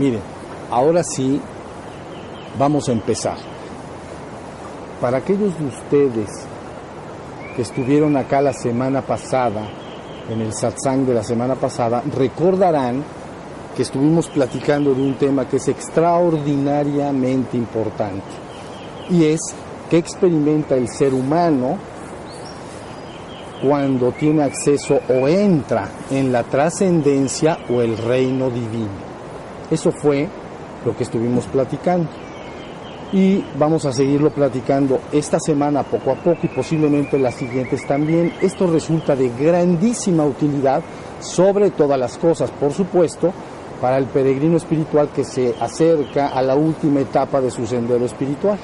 Miren, ahora sí vamos a empezar. Para aquellos de ustedes que estuvieron acá la semana pasada, en el satsang de la semana pasada, recordarán que estuvimos platicando de un tema que es extraordinariamente importante, y es qué experimenta el ser humano cuando tiene acceso o entra en la trascendencia o el reino divino. Eso fue lo que estuvimos platicando. Y vamos a seguirlo platicando esta semana poco a poco y posiblemente las siguientes también. Esto resulta de grandísima utilidad sobre todas las cosas, por supuesto, para el peregrino espiritual que se acerca a la última etapa de su sendero espiritual.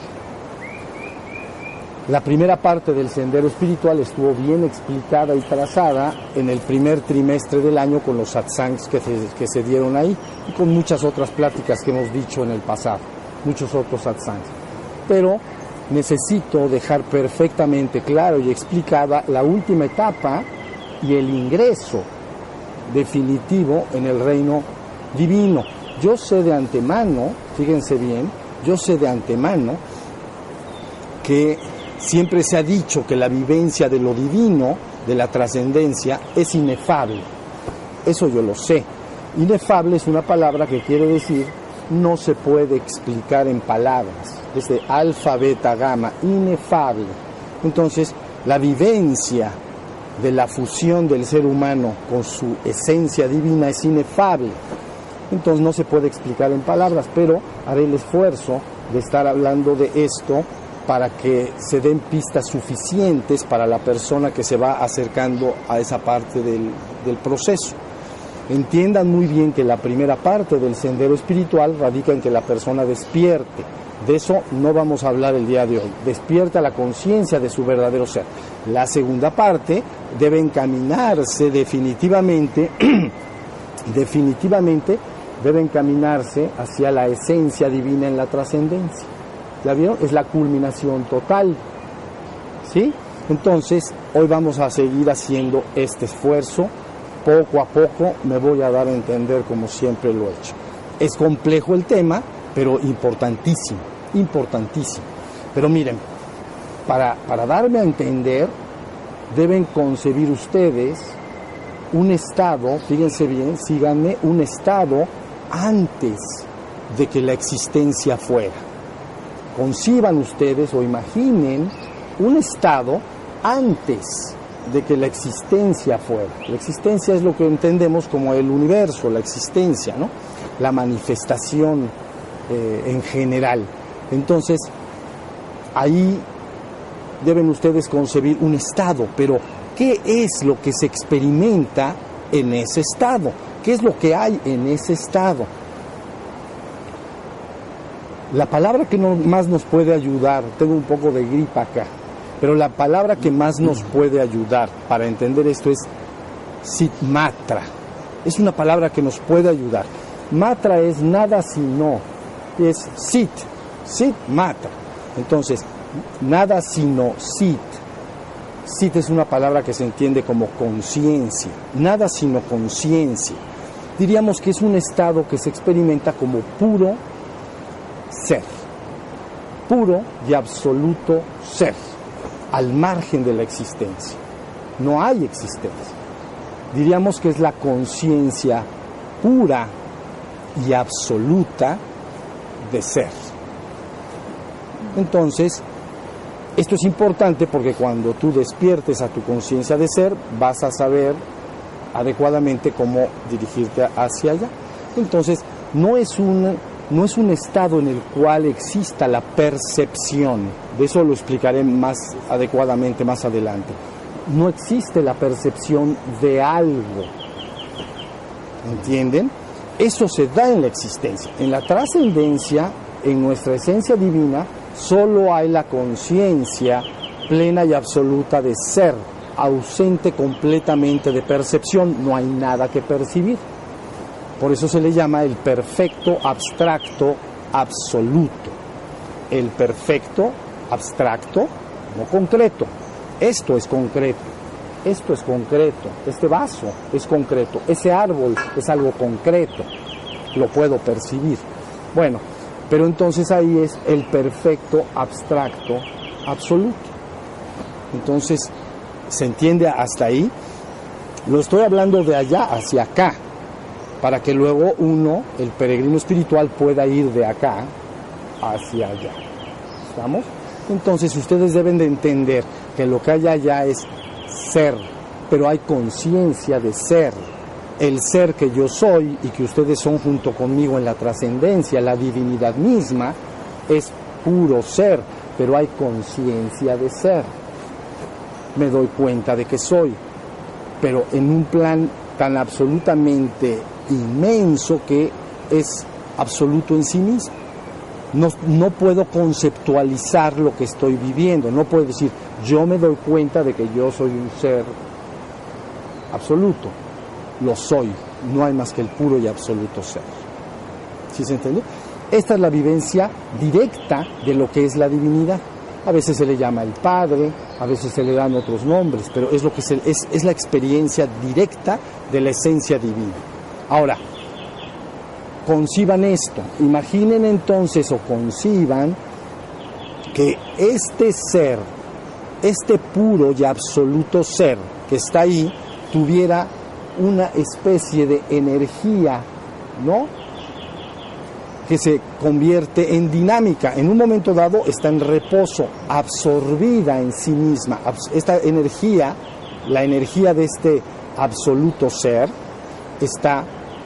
La primera parte del sendero espiritual estuvo bien explicada y trazada en el primer trimestre del año con los satsangs que se dieron ahí y con muchas otras pláticas que hemos dicho en el pasado, muchos otros satsangs. Pero necesito dejar perfectamente claro y explicada la última etapa y el ingreso definitivo en el reino divino. Yo sé de antemano, fíjense bien, yo sé de antemano que siempre se ha dicho que la vivencia de lo divino, de la trascendencia, es inefable. Eso yo lo sé. Inefable es una palabra que quiere decir no se puede explicar en palabras. Es de alfa, beta, gamma, inefable. Entonces, la vivencia de la fusión del ser humano con su esencia divina es inefable. Entonces no se puede explicar en palabras, pero haré el esfuerzo de estar hablando de esto para que se den pistas suficientes para la persona que se va acercando a esa parte del proceso. Entiendan muy bien que la primera parte del sendero espiritual radica en que la persona despierte. De eso no vamos a hablar el día de hoy. Despierta la conciencia de su verdadero ser. La segunda parte debe encaminarse definitivamente debe encaminarse hacia la esencia divina en la trascendencia. ¿Ya vieron? Es la culminación total, ¿sí? Entonces, hoy vamos a seguir haciendo este esfuerzo. Poco a poco me voy a dar a entender como siempre lo he hecho. Es complejo el tema, pero importantísimo, importantísimo. Pero miren, para darme a entender, deben concebir ustedes un estado, fíjense bien, síganme, un estado antes de que la existencia fuera. Conciban ustedes o imaginen un estado antes de que la existencia fuera. La existencia es lo que entendemos como el universo, la existencia, ¿no? La manifestación en general. Entonces, ahí deben ustedes concebir un estado, pero ¿qué es lo que se experimenta en ese estado? ¿Qué es lo que hay en ese estado? La palabra que más nos puede ayudar, tengo un poco de gripa acá, pero la palabra que más nos puede ayudar para entender esto es Sit Matra. Es una palabra que nos puede ayudar. Matra es nada sino, es Sit Matra. Entonces, nada sino Sit. Sit es una palabra que se entiende como conciencia, nada sino conciencia. Diríamos que es un estado que se experimenta como puro ser, puro y absoluto ser, al margen de la existencia. No hay existencia. Diríamos que es la conciencia pura y absoluta de ser. Entonces, esto es importante porque cuando tú despiertes a tu conciencia de ser, vas a saber adecuadamente cómo dirigirte hacia allá. Entonces, no es un estado en el cual exista la percepción. De eso lo explicaré más adecuadamente más adelante. No existe la percepción de algo. ¿Entienden? Eso se da en la existencia. En la trascendencia, en nuestra esencia divina, solo hay la conciencia plena y absoluta de ser, ausente completamente de percepción. No hay nada que percibir. Por eso se le llama el perfecto abstracto absoluto. El perfecto abstracto, no concreto. Esto es concreto. Esto es concreto. Este vaso es concreto. Ese árbol es algo concreto. lo puedo percibir. Bueno, pero entonces ahí es el perfecto abstracto absoluto. Entonces, ¿se entiende hasta ahí? Lo estoy hablando de allá hacia acá, para que luego uno, el peregrino espiritual, pueda ir de acá hacia allá. ¿Estamos? Entonces ustedes deben de entender que lo que hay allá es ser, pero hay conciencia de ser. El ser que yo soy y que ustedes son junto conmigo en la trascendencia, la divinidad misma, es puro ser, pero hay conciencia de ser. Me doy cuenta de que soy, pero en un plan tan absolutamente inmenso que es absoluto en sí mismo. No puedo conceptualizar lo que estoy viviendo, no puedo decir, yo me doy cuenta de que yo soy un ser absoluto, lo soy, no hay más que el puro y absoluto ser. ¿Sí se entendió? Esta es la vivencia directa de lo que es la divinidad. A veces se le llama el Padre, a veces se le dan otros nombres, pero es lo que es la experiencia directa de la esencia divina. Ahora, conciban esto, imaginen entonces o conciban que este ser, este puro y absoluto ser que está ahí, tuviera una especie de energía, ¿no?, que se convierte en dinámica. En un momento dado está en reposo, absorbida en sí misma. Esta energía, la energía de este absoluto ser, está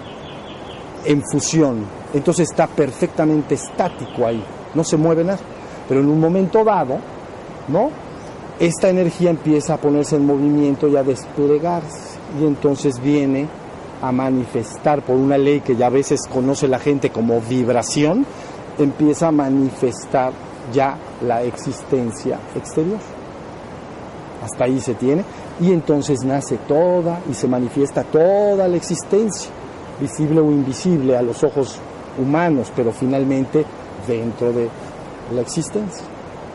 en fusión, entonces está perfectamente estático ahí, no se mueve nada, pero en un momento dado, ¿no?, esta energía empieza a ponerse en movimiento y a desplegarse, y entonces viene a manifestar por una ley que ya a veces conoce la gente como vibración, empieza a manifestar ya la existencia exterior. Hasta ahí se tiene, y entonces nace toda y se manifiesta toda la existencia, visible o invisible a los ojos humanos, pero finalmente dentro de la existencia.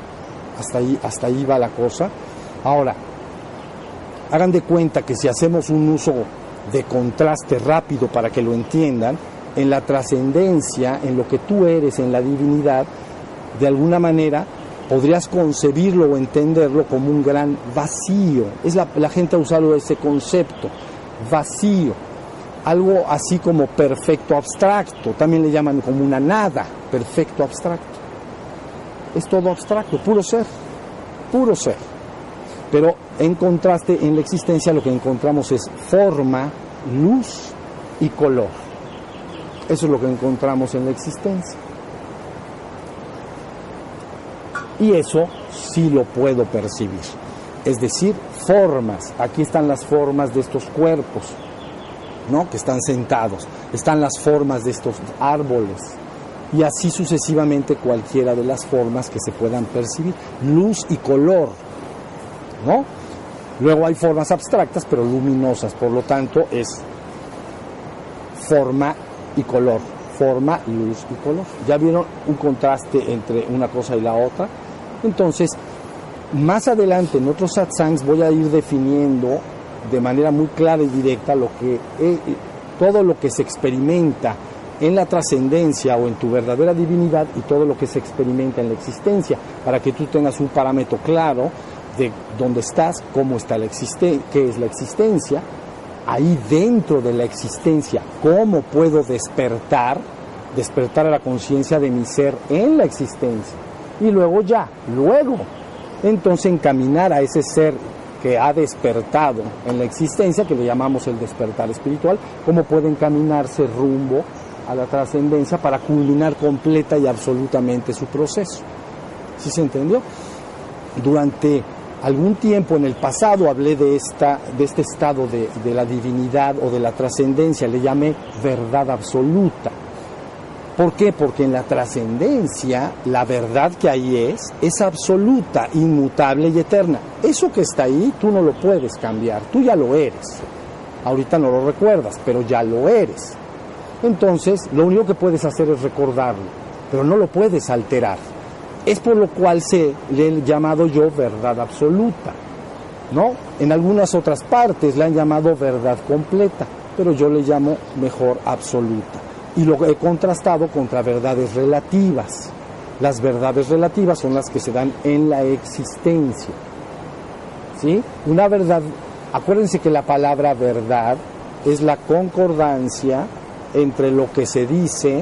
Hasta ahí va la cosa. Ahora, hagan de cuenta que si hacemos un uso de contraste rápido para que lo entiendan, en la trascendencia, en lo que tú eres, en la divinidad, de alguna manera podrías concebirlo o entenderlo como un gran vacío. La gente ha usado ese concepto, vacío. Algo así como perfecto abstracto, también le llaman como una nada, perfecto abstracto. Es todo abstracto, puro ser, puro ser. Pero en contraste, en la existencia lo que encontramos es forma, luz y color. Eso es lo que encontramos en la existencia. Y eso sí lo puedo percibir. Es decir, formas. Aquí están las formas de estos cuerpos, ¿no?, que están sentados. Están las formas de estos árboles. Y así sucesivamente cualquiera de las formas que se puedan percibir. Luz y color, ¿no? Luego hay formas abstractas pero luminosas, por lo tanto es forma y color, forma, luz y color. ¿Ya vieron un contraste entre una cosa y la otra? Entonces, más adelante en otros satsangs voy a ir definiendo de manera muy clara y directa todo lo que se experimenta en la trascendencia o en tu verdadera divinidad y todo lo que se experimenta en la existencia, para que tú tengas un parámetro claro de dónde estás, cómo está la existencia, qué es la existencia, ahí dentro de la existencia, cómo puedo despertar a la conciencia de mi ser en la existencia, y luego entonces encaminar a ese ser que ha despertado en la existencia, que le llamamos el despertar espiritual, cómo puede encaminarse rumbo a la trascendencia para culminar completa y absolutamente su proceso. ¿Sí se entendió? Durante algún tiempo en el pasado hablé de este estado de la divinidad o de la trascendencia, le llamé verdad absoluta. ¿Por qué? Porque en la trascendencia la verdad que ahí es absoluta, inmutable y eterna. Eso que está ahí tú no lo puedes cambiar, tú ya lo eres. Ahorita no lo recuerdas, pero ya lo eres. Entonces, lo único que puedes hacer es recordarlo, pero no lo puedes alterar. Es por lo cual le he llamado yo verdad absoluta, ¿no? En algunas otras partes le han llamado verdad completa, pero yo le llamo mejor absoluta. y lo he contrastado contra verdades relativas. Las verdades relativas son las que se dan en la existencia, ¿sí? Una verdad, acuérdense que la palabra verdad es la concordancia entre lo que se dice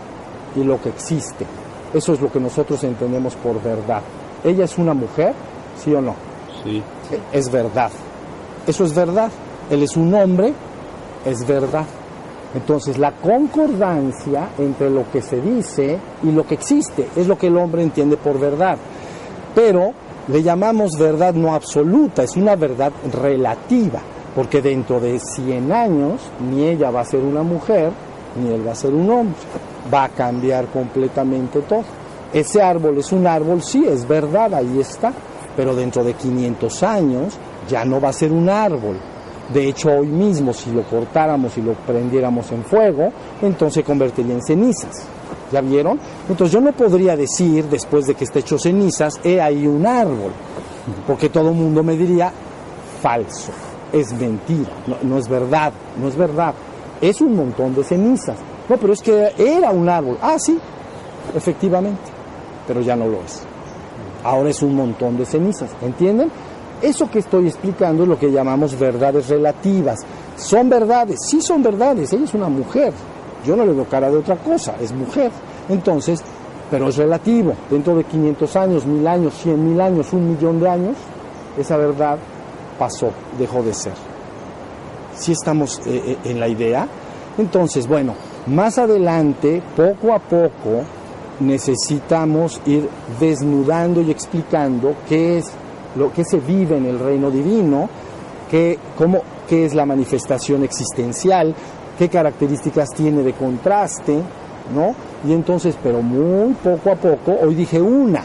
y lo que existe. Eso es lo que nosotros entendemos por verdad. ¿Ella es una mujer? ¿Sí o no? Sí. Es verdad. Eso es verdad. Él es un hombre, es verdad. Entonces, la concordancia entre lo que se dice y lo que existe es lo que el hombre entiende por verdad. Pero le llamamos verdad no absoluta, es una verdad relativa, porque dentro de 100 años ni ella va a ser una mujer, ni él va a ser un hombre. Va a cambiar completamente todo. Ese árbol es un árbol, sí, es verdad, ahí está, pero dentro de 500 años ya no va a ser un árbol. De hecho, hoy mismo, si lo cortáramos y lo prendiéramos en fuego, entonces se convertiría en cenizas. ¿Ya vieron? Entonces yo no podría decir, después de que esté hecho cenizas, he ahí un árbol, porque todo el mundo me diría, falso, es mentira, no es verdad, no es verdad, es un montón de cenizas. No, pero es que era un árbol. Ah, sí, efectivamente, pero ya no lo es. Ahora es un montón de cenizas, ¿entienden? Eso que estoy explicando es lo que llamamos verdades relativas. ¿Son verdades? Sí son verdades. Ella es una mujer. Yo no le veo cara de otra cosa. Es mujer. Entonces, pero es relativo. Dentro de 500 años, 1000 años, 100,000 años, 1,000,000 de años, esa verdad pasó, dejó de ser. ¿Sí estamos en la idea? Entonces, bueno, más adelante, poco a poco, necesitamos ir desnudando y explicando qué es lo que se vive en el reino divino, qué es la manifestación existencial, qué características tiene de contraste, ¿no? Y entonces, pero muy poco a poco, hoy dije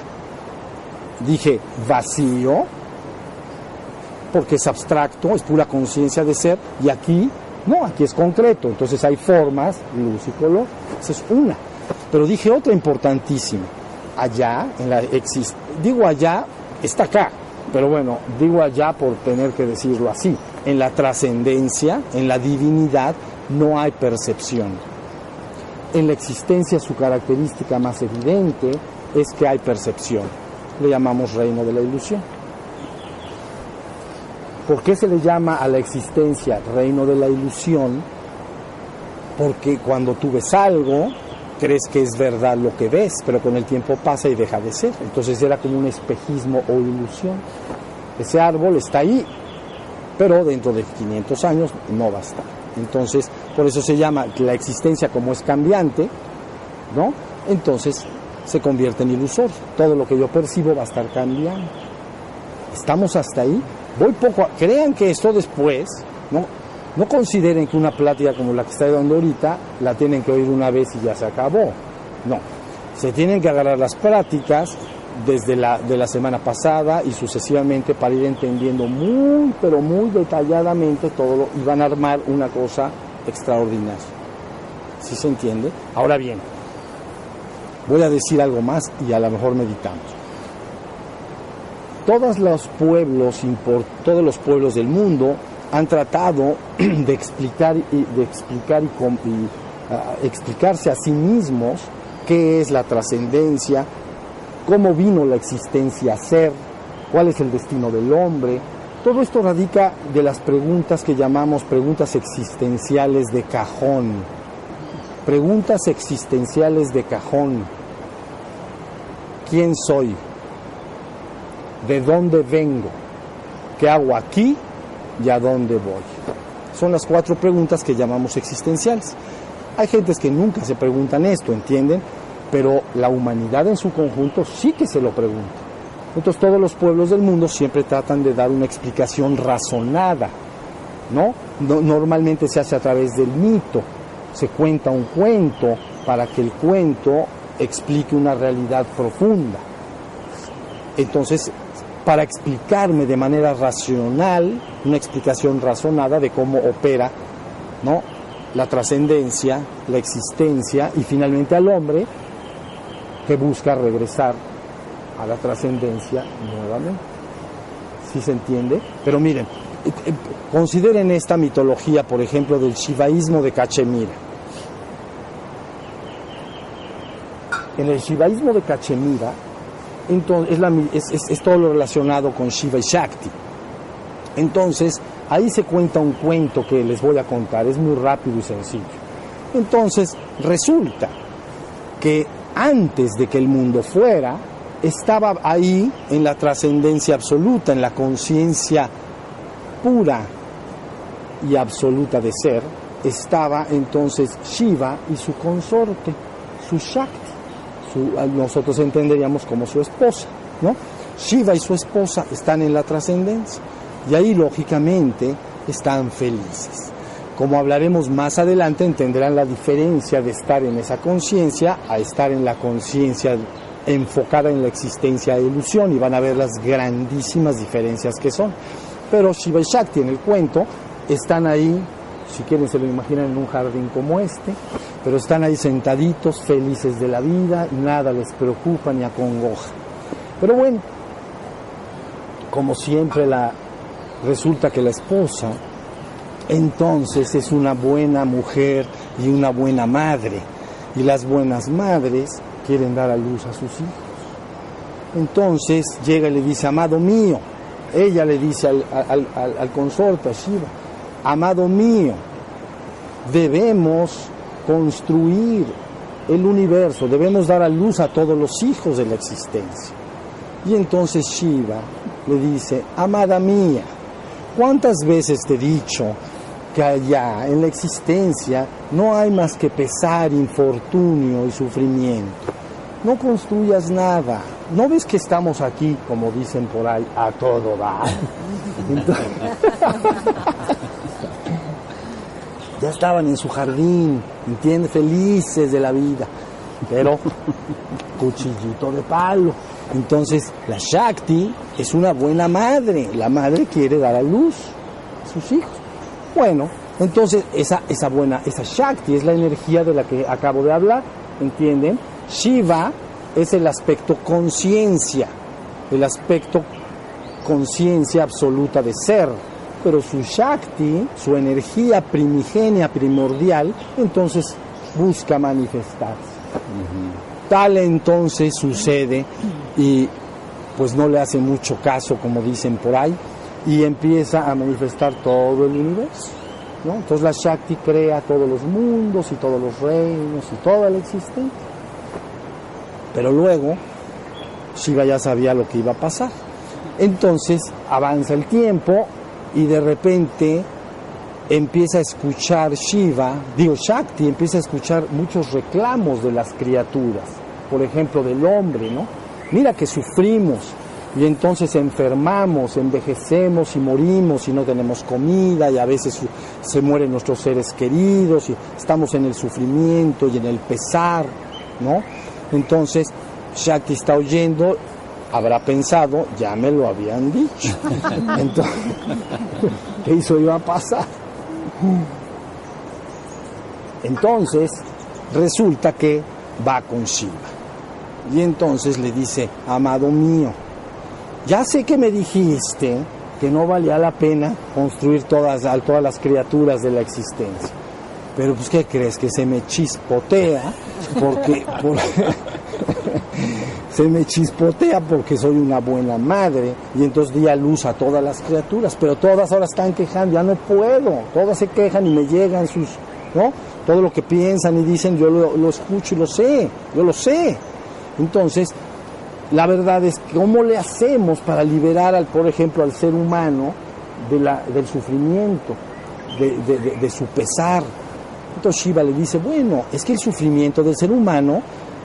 vacío, porque es abstracto, es pura conciencia de ser, y aquí, no, aquí es concreto, entonces hay formas, luz y color, esa es una. Pero dije otra importantísima, allá, digo allá, está acá, pero bueno, digo allá por tener que decirlo así, en la trascendencia, en la divinidad, no hay percepción. En la existencia su característica más evidente es que hay percepción. Le llamamos reino de la ilusión. ¿Por qué se le llama a la existencia reino de la ilusión? Porque cuando tú ves algo, crees que es verdad lo que ves, pero con el tiempo pasa y deja de ser. Entonces era como un espejismo o ilusión. Ese árbol está ahí, pero dentro de 500 años no va a estar. Entonces, por eso se llama la existencia, como es cambiante, ¿no? Entonces se convierte en ilusorio. Todo lo que yo percibo va a estar cambiando. Estamos hasta ahí. Voy poco a... Crean que esto después, no consideren que una plática como la que estoy dando ahorita la tienen que oír una vez y ya se acabó. No, se tienen que agarrar las prácticas desde de la semana pasada y sucesivamente para ir entendiendo muy, pero muy detalladamente todo y van a armar una cosa extraordinaria. ¿Sí se entiende? Ahora bien, voy a decir algo más y a lo mejor meditamos. Todos los pueblos del mundo han tratado de explicarse a sí mismos qué es la trascendencia, cómo vino la existencia a ser, cuál es el destino del hombre. Todo esto radica de las preguntas que llamamos preguntas existenciales de cajón. Preguntas existenciales de cajón. ¿Quién soy? ¿De dónde vengo? ¿Qué hago aquí? ¿Y a dónde voy? Son las 4 preguntas que llamamos existenciales. Hay gentes que nunca se preguntan esto, ¿entienden? Pero la humanidad en su conjunto sí que se lo pregunta. Entonces todos los pueblos del mundo siempre tratan de dar una explicación razonada, ¿no? Normalmente se hace a través del mito. Se cuenta un cuento para que el cuento explique una realidad profunda. Entonces, para explicarme de manera racional, una explicación razonada de cómo opera, ¿no?, la trascendencia, la existencia y finalmente al hombre que busca regresar a la trascendencia nuevamente. ¿Sí se entiende? Pero miren, consideren esta mitología, por ejemplo, del shivaísmo de Cachemira. En el shivaísmo de Cachemira, entonces, es todo lo relacionado con Shiva y Shakti. Entonces, ahí se cuenta un cuento que les voy a contar, es muy rápido y sencillo. Entonces, resulta que antes de que el mundo fuera, estaba ahí en la trascendencia absoluta, en la conciencia pura y absoluta de ser, estaba entonces Shiva y su consorte, su Shakti, nosotros entenderíamos como su esposa, ¿no? Shiva y su esposa están en la trascendencia y ahí lógicamente están felices. Como hablaremos más adelante, entenderán la diferencia de estar en esa conciencia a estar en la conciencia enfocada en la existencia de ilusión, y van a ver las grandísimas diferencias que son. Pero Shiva y Shakti en el cuento están ahí, si quieren se lo imaginan en un jardín como este, pero están ahí sentaditos, felices de la vida, nada les preocupa ni acongoja. Pero bueno, como siempre resulta que la esposa entonces es una buena mujer y una buena madre, y las buenas madres quieren dar a luz a sus hijos. Entonces llega y le dice, amado mío, ella le dice al consorte, a Shiva, amado mío, debemos construir el universo, debemos dar a luz a todos los hijos de la existencia. Y entonces Shiva le dice, amada mía, ¿cuántas veces te he dicho que allá en la existencia no hay más que pesar, infortunio y sufrimiento? No construyas nada. ¿No ves que estamos aquí, como dicen por ahí, a todo dar? Entonces, ya estaban en su jardín, ¿entiendes? Felices de la vida, pero cuchillito de palo. Entonces, la Shakti es una buena madre. La madre quiere dar a luz a sus hijos. Bueno, entonces esa Shakti es la energía de la que acabo de hablar, ¿entienden? Shiva es el aspecto conciencia absoluta de ser, pero su Shakti, su energía primigenia, primordial, entonces busca manifestarse. Tal entonces sucede y pues no le hace mucho caso, como dicen por ahí, y empieza a manifestar todo el universo, ¿no? Entonces la Shakti crea todos los mundos y todos los reinos y toda la existencia. Pero luego Shiva ya sabía lo que iba a pasar. Entonces avanza el tiempo y de repente empieza a escuchar Shakti empieza a escuchar muchos reclamos de las criaturas, por ejemplo del hombre, ¿no? Mira que sufrimos y entonces enfermamos, envejecemos y morimos y no tenemos comida y a veces se mueren nuestros seres queridos y estamos en el sufrimiento y en el pesar, ¿no? Entonces Shakti está oyendo, habrá pensado, ya me lo habían dicho. Entonces, ¿qué eso iba a pasar? Entonces resulta que va con Shiva y entonces le dice, amado mío, ya sé que me dijiste que no valía la pena construir todas las criaturas de la existencia, pero pues ¿qué crees? Que se me chispotea porque soy una buena madre y entonces di a luz a todas las criaturas, pero todas ahora están quejando, ya no puedo, todas se quejan y me llegan ¿no? Todo lo que piensan y dicen yo lo escucho y yo lo sé. Entonces, la verdad es que ¿cómo le hacemos para liberar, por ejemplo, al ser humano del sufrimiento, de su pesar? Entonces Shiva le dice, bueno, es que el sufrimiento del ser humano,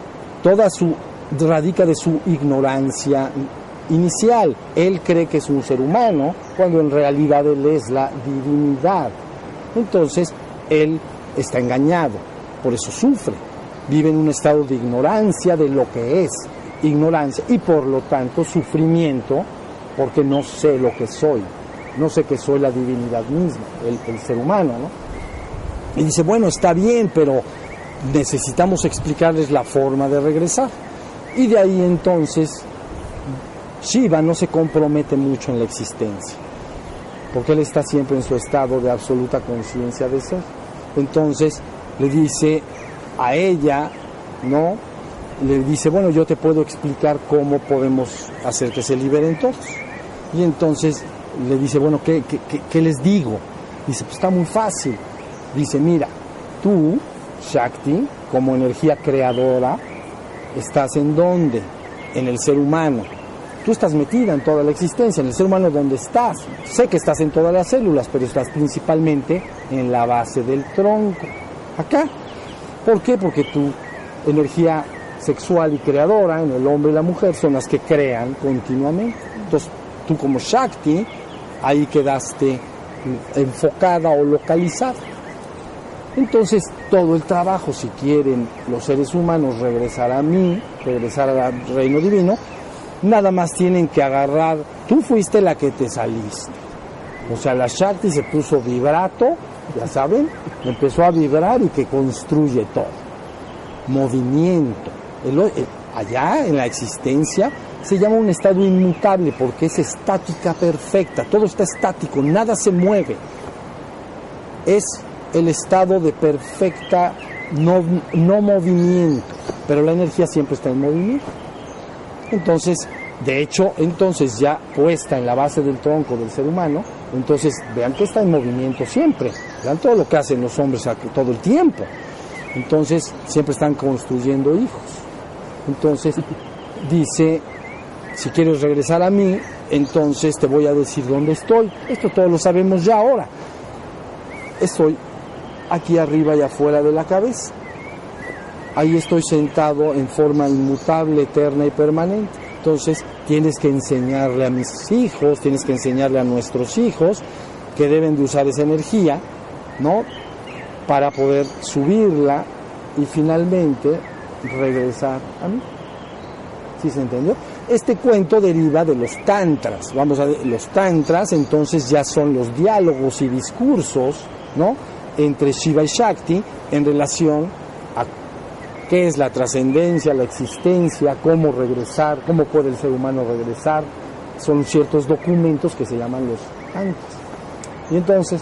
radica de su ignorancia inicial. Él cree que es un ser humano, cuando en realidad él es la divinidad. Entonces, él está engañado, por eso sufre. Vive en un estado de ignorancia de lo que es, ignorancia, y por lo tanto sufrimiento, porque no sé lo que soy. No sé que soy la divinidad misma, el ser humano, ¿no? Y dice, bueno, está bien, pero necesitamos explicarles la forma de regresar. Y de ahí entonces Shiva no se compromete mucho en la existencia, porque él está siempre en su estado de absoluta conciencia de ser. Entonces le dice a ella, ¿no? le dice, bueno, yo te puedo explicar cómo podemos hacer que se liberen todos. Y entonces le dice, bueno, ¿qué les digo? Dice, pues está muy fácil. Dice, mira, tú, Shakti, como energía creadora, ¿estás en dónde? En el ser humano. Tú estás metida en toda la existencia, en el ser humano donde estás. Sé que estás en todas las células, pero estás principalmente en la base del tronco. Acá. ¿Por qué? Porque tu energía sexual y creadora en el hombre y la mujer son las que crean continuamente. Entonces, tú como Shakti, ahí quedaste enfocada o localizada. Entonces, todo el trabajo, si quieren los seres humanos regresar a mí, regresar al reino divino, nada más tienen que agarrar, tú fuiste la que te saliste. O sea, la Shakti se puso vibrato, ya saben, empezó a vibrar y que construye todo. Movimiento. Allá en la existencia se llama un estado inmutable porque es estática perfecta, todo está estático, nada se mueve. Es el estado de perfecta no movimiento, pero la energía siempre está en movimiento. Entonces, de hecho, entonces ya puesta en la base del tronco del ser humano, entonces vean que está en movimiento siempre, vean todo lo que hacen los hombres todo el tiempo. Entonces, siempre están construyendo hijos. Entonces, dice, si quieres regresar a mí, entonces te voy a decir dónde estoy. Esto todos lo sabemos ya ahora. Estoy aquí arriba y afuera de la cabeza. Ahí estoy sentado en forma inmutable, eterna y permanente. Entonces, tienes que enseñarle a mis hijos, tienes que enseñarle a nuestros hijos que deben de usar esa energía, ¿no?, para poder subirla y finalmente regresar a mí. ¿Sí se entendió? Este cuento deriva de los tantras. Vamos a ver, los tantras entonces ya son los diálogos y discursos, ¿no?, entre Shiva y Shakti en relación a qué es la trascendencia, la existencia, cómo regresar, cómo puede el ser humano regresar. Son ciertos documentos que se llaman los tantras. Y entonces,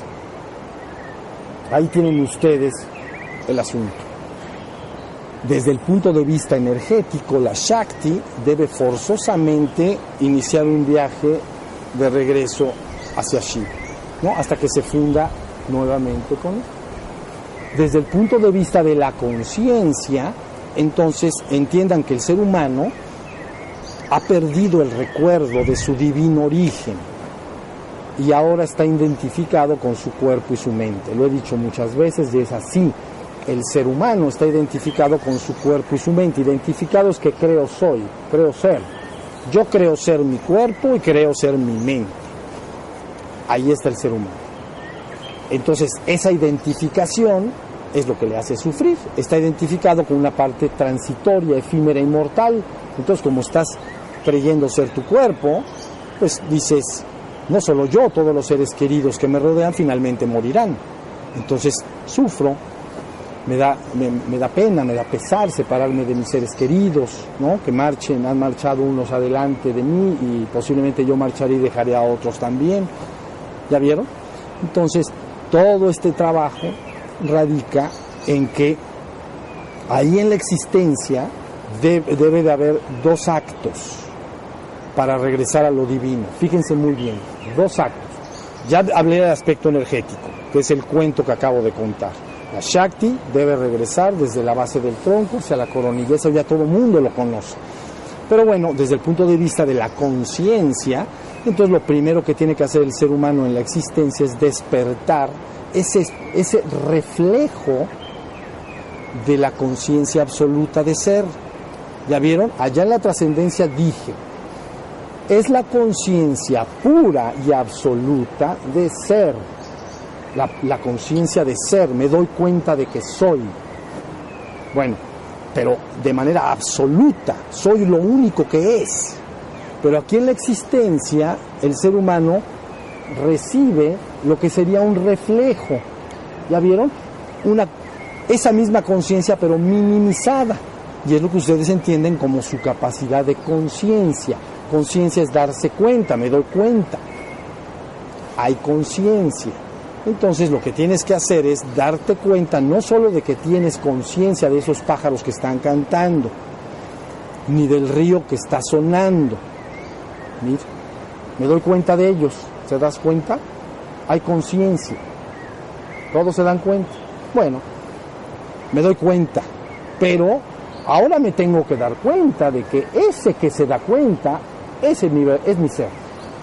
ahí tienen ustedes el asunto. Desde el punto de vista energético, la Shakti debe forzosamente iniciar un viaje de regreso hacia Shiva, ¿no?, hasta que se funda nuevamente con él. Desde el punto de vista de la conciencia, entonces entiendan que el ser humano ha perdido el recuerdo de su divino origen y ahora está identificado con su cuerpo y su mente. Lo he dicho muchas veces y es así. El ser humano está identificado con su cuerpo y su mente. Identificado es que creo ser. Yo creo ser mi cuerpo y creo ser mi mente. Ahí está el ser humano. Entonces, esa identificación es lo que le hace sufrir. Está identificado con una parte transitoria, efímera, inmortal. Entonces, como estás creyendo ser tu cuerpo, pues dices, no solo yo, todos los seres queridos que me rodean finalmente morirán. Entonces, sufro, me da pena, me da pesar separarme de mis seres queridos, ¿no?, que han marchado unos adelante de mí y posiblemente yo marcharé y dejaré a otros también. ¿Ya vieron? Entonces, todo este trabajo radica en que ahí en la existencia debe de haber dos actos para regresar a lo divino. Fíjense muy bien, dos actos. Ya hablé del aspecto energético, que es el cuento que acabo de contar. La Shakti debe regresar desde la base del tronco hacia la coronilla, eso ya todo el mundo lo conoce. Pero bueno, desde el punto de vista de la conciencia, entonces lo primero que tiene que hacer el ser humano en la existencia es despertar ese reflejo de la conciencia absoluta de ser. ¿Ya vieron? Allá en la trascendencia dije, es la conciencia pura y absoluta de ser. La conciencia de ser, me doy cuenta de que soy. Bueno, pero de manera absoluta, soy lo único que es. Pero aquí en la existencia, el ser humano recibe lo que sería un reflejo. ¿Ya vieron? Esa misma conciencia, pero minimizada. Y es lo que ustedes entienden como su capacidad de conciencia. Conciencia es darse cuenta, me doy cuenta. Hay conciencia. Entonces lo que tienes que hacer es darte cuenta no solo de que tienes conciencia de esos pájaros que están cantando, ni del río que está sonando. Mira, me doy cuenta de ellos. ¿Se das cuenta? Hay conciencia. Todos se dan cuenta. Bueno, me doy cuenta, pero ahora me tengo que dar cuenta de que ese que se da cuenta, ese es mi ser.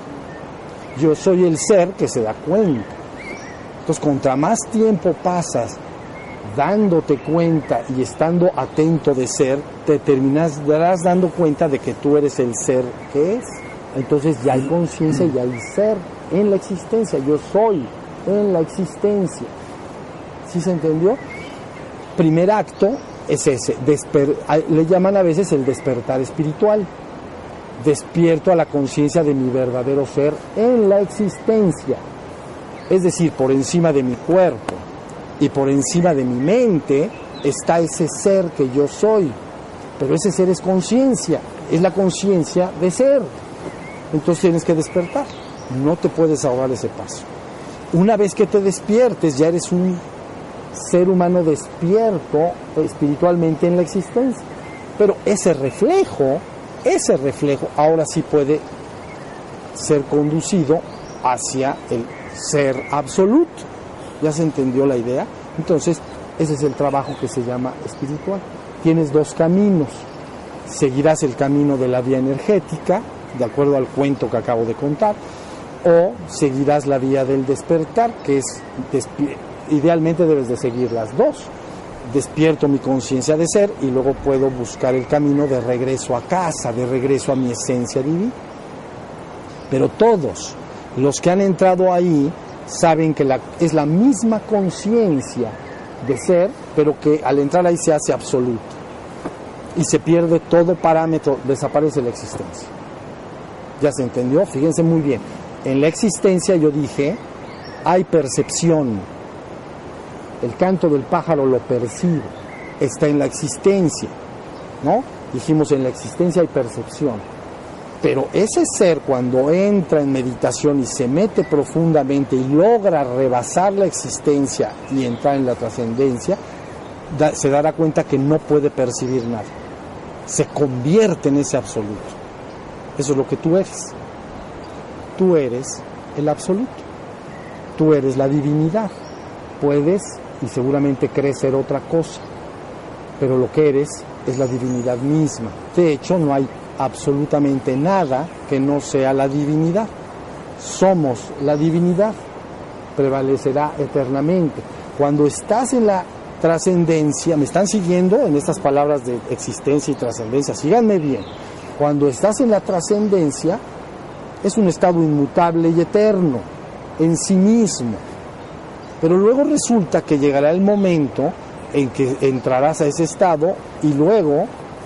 Yo soy el ser que se da cuenta. Entonces, contra más tiempo pasas dándote cuenta y estando atento de ser, te darás dando cuenta de que tú eres el ser que es. Entonces ya hay conciencia y hay ser en la existencia. Yo soy en la existencia. ¿Sí se entendió? Primer acto es ese. Le llaman a veces el despertar espiritual. Despierto a la conciencia de mi verdadero ser en la existencia. Es decir, por encima de mi cuerpo y por encima de mi mente está ese ser que yo soy. Pero ese ser es conciencia, es la conciencia de ser. Entonces tienes que despertar, no te puedes ahorrar ese paso. Una vez que te despiertes, ya eres un ser humano despierto espiritualmente en la existencia. Pero ese reflejo ahora sí puede ser conducido hacia el ser absoluto. ¿Ya se entendió la idea? Entonces, ese es el trabajo que se llama espiritual. Tienes dos caminos. Seguirás el camino de la vía energética, de acuerdo al cuento que acabo de contar, o seguirás la vía del despertar, que es, idealmente debes de seguir las dos. Despierto mi conciencia de ser y luego puedo buscar el camino de regreso a casa, de regreso a mi esencia divina. Pero todos los que han entrado ahí saben que es la misma conciencia de ser, pero que al entrar ahí se hace absoluto. Y se pierde todo parámetro, desaparece la existencia. ¿Ya se entendió? Fíjense muy bien. En la existencia yo dije, hay percepción. El canto del pájaro lo percibo. Está en la existencia, ¿no? Dijimos, en la existencia hay percepción. Pero ese ser, cuando entra en meditación y se mete profundamente y logra rebasar la existencia y entrar en la trascendencia, se dará cuenta que no puede percibir nada. Se convierte en ese absoluto. Eso es lo que tú eres. Tú eres el absoluto. Tú eres la divinidad. Puedes y seguramente crees ser otra cosa, pero lo que eres es la divinidad misma. De hecho, no hay absolutamente nada que no sea la divinidad. Somos la divinidad, prevalecerá eternamente. Cuando estás en la trascendencia, ¿me están siguiendo en estas palabras de existencia y trascendencia? Síganme bien. Cuando estás en la trascendencia, es un estado inmutable y eterno en sí mismo. Pero luego resulta que llegará el momento en que entrarás a ese estado y luego,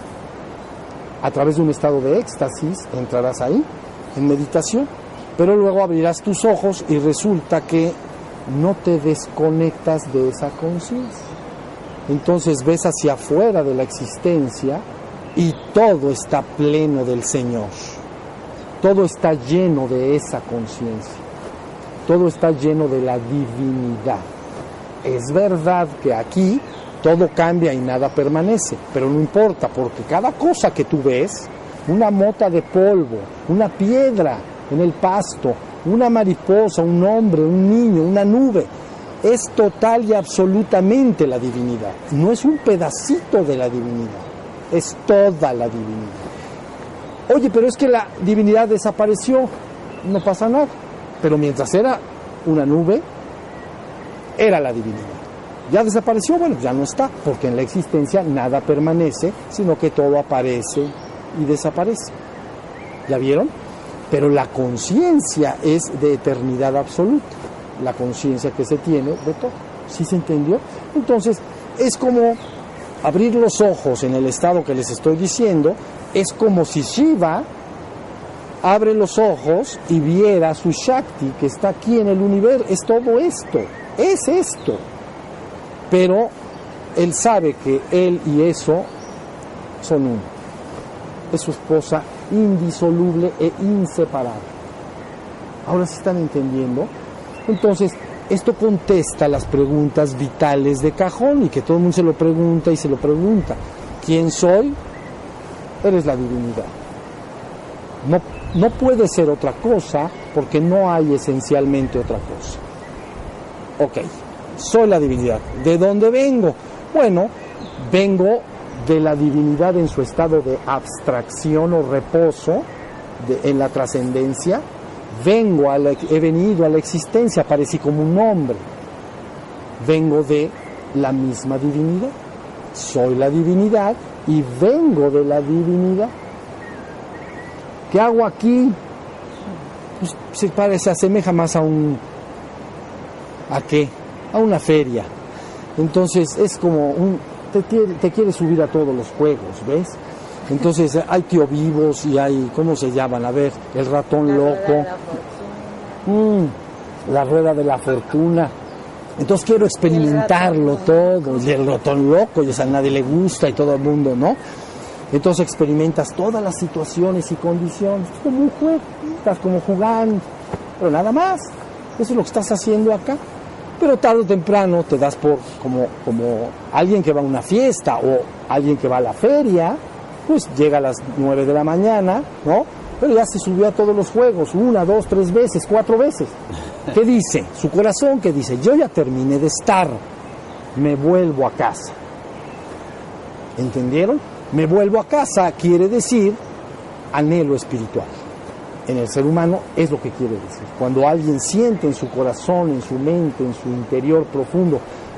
a través de un estado de éxtasis, entrarás ahí, en meditación. Pero luego abrirás tus ojos y resulta que no te desconectas de esa conciencia. Entonces ves hacia afuera de la existencia y todo está pleno del Señor. Todo está lleno de esa conciencia. Todo está lleno de la divinidad. Es verdad que aquí todo cambia y nada permanece, pero no importa, porque cada cosa que tú ves, una mota de polvo, una piedra en el pasto, una mariposa, un hombre, un niño, una nube, es total y absolutamente la divinidad. No es un pedacito de la divinidad, es toda la divinidad. Oye, pero es que la divinidad desapareció, no pasa nada. Pero mientras era una nube, era la divinidad. Ya desapareció, bueno, ya no está, porque en la existencia nada permanece, sino que todo aparece y desaparece. ¿Ya vieron? Pero la conciencia es de eternidad absoluta, la conciencia que se tiene de todo. ¿Sí se entendió? Entonces, es como abrir los ojos en el estado que les estoy diciendo, es como si Shiva abre los ojos y viera su Shakti que está aquí en el universo. Es todo esto, es esto. Pero él sabe que él y eso son uno. Es su esposa indisoluble e inseparable. ¿Ahora se están entendiendo? Entonces, esto contesta las preguntas vitales de cajón y que todo el mundo se lo pregunta y se lo pregunta. ¿Quién soy? eres la divinidad. No puede ser otra cosa porque no hay esencialmente otra cosa. Ok, soy la divinidad. ¿De dónde vengo? Bueno, vengo de la divinidad en su estado de abstracción o reposo en la trascendencia. He venido a la existencia, aparecí como un hombre. Vengo de la misma divinidad. Soy la divinidad y vengo de la divinidad. ¿Qué hago aquí? Pues se asemeja más a ¿a qué? A una feria. Entonces es como te quieres subir a todos los juegos, ¿ves? Entonces hay tío vivos y hay, ¿cómo se llaman? A ver, el ratón loco. La rueda de la fortuna. Entonces quiero experimentarlo todo. El ratón loco, y a nadie le gusta y todo el mundo, ¿no? Entonces experimentas todas las situaciones y condiciones. Es como un juego, estás como jugando, pero nada más. Eso es lo que estás haciendo acá. Pero tarde o temprano te das por como alguien que va a una fiesta o alguien que va a la feria, pues llega a las 9 de la mañana, ¿no? Pero ya se subió a todos los juegos, 1, 2, 3 veces, 4 veces. ¿Qué dice? Su corazón, ¿qué dice? Yo ya terminé de estar, me vuelvo a casa. ¿Entendieron? Me vuelvo a casa quiere decir anhelo espiritual. En el ser humano es lo que quiere decir. Cuando alguien siente en su corazón, en su mente, en su interior profundo,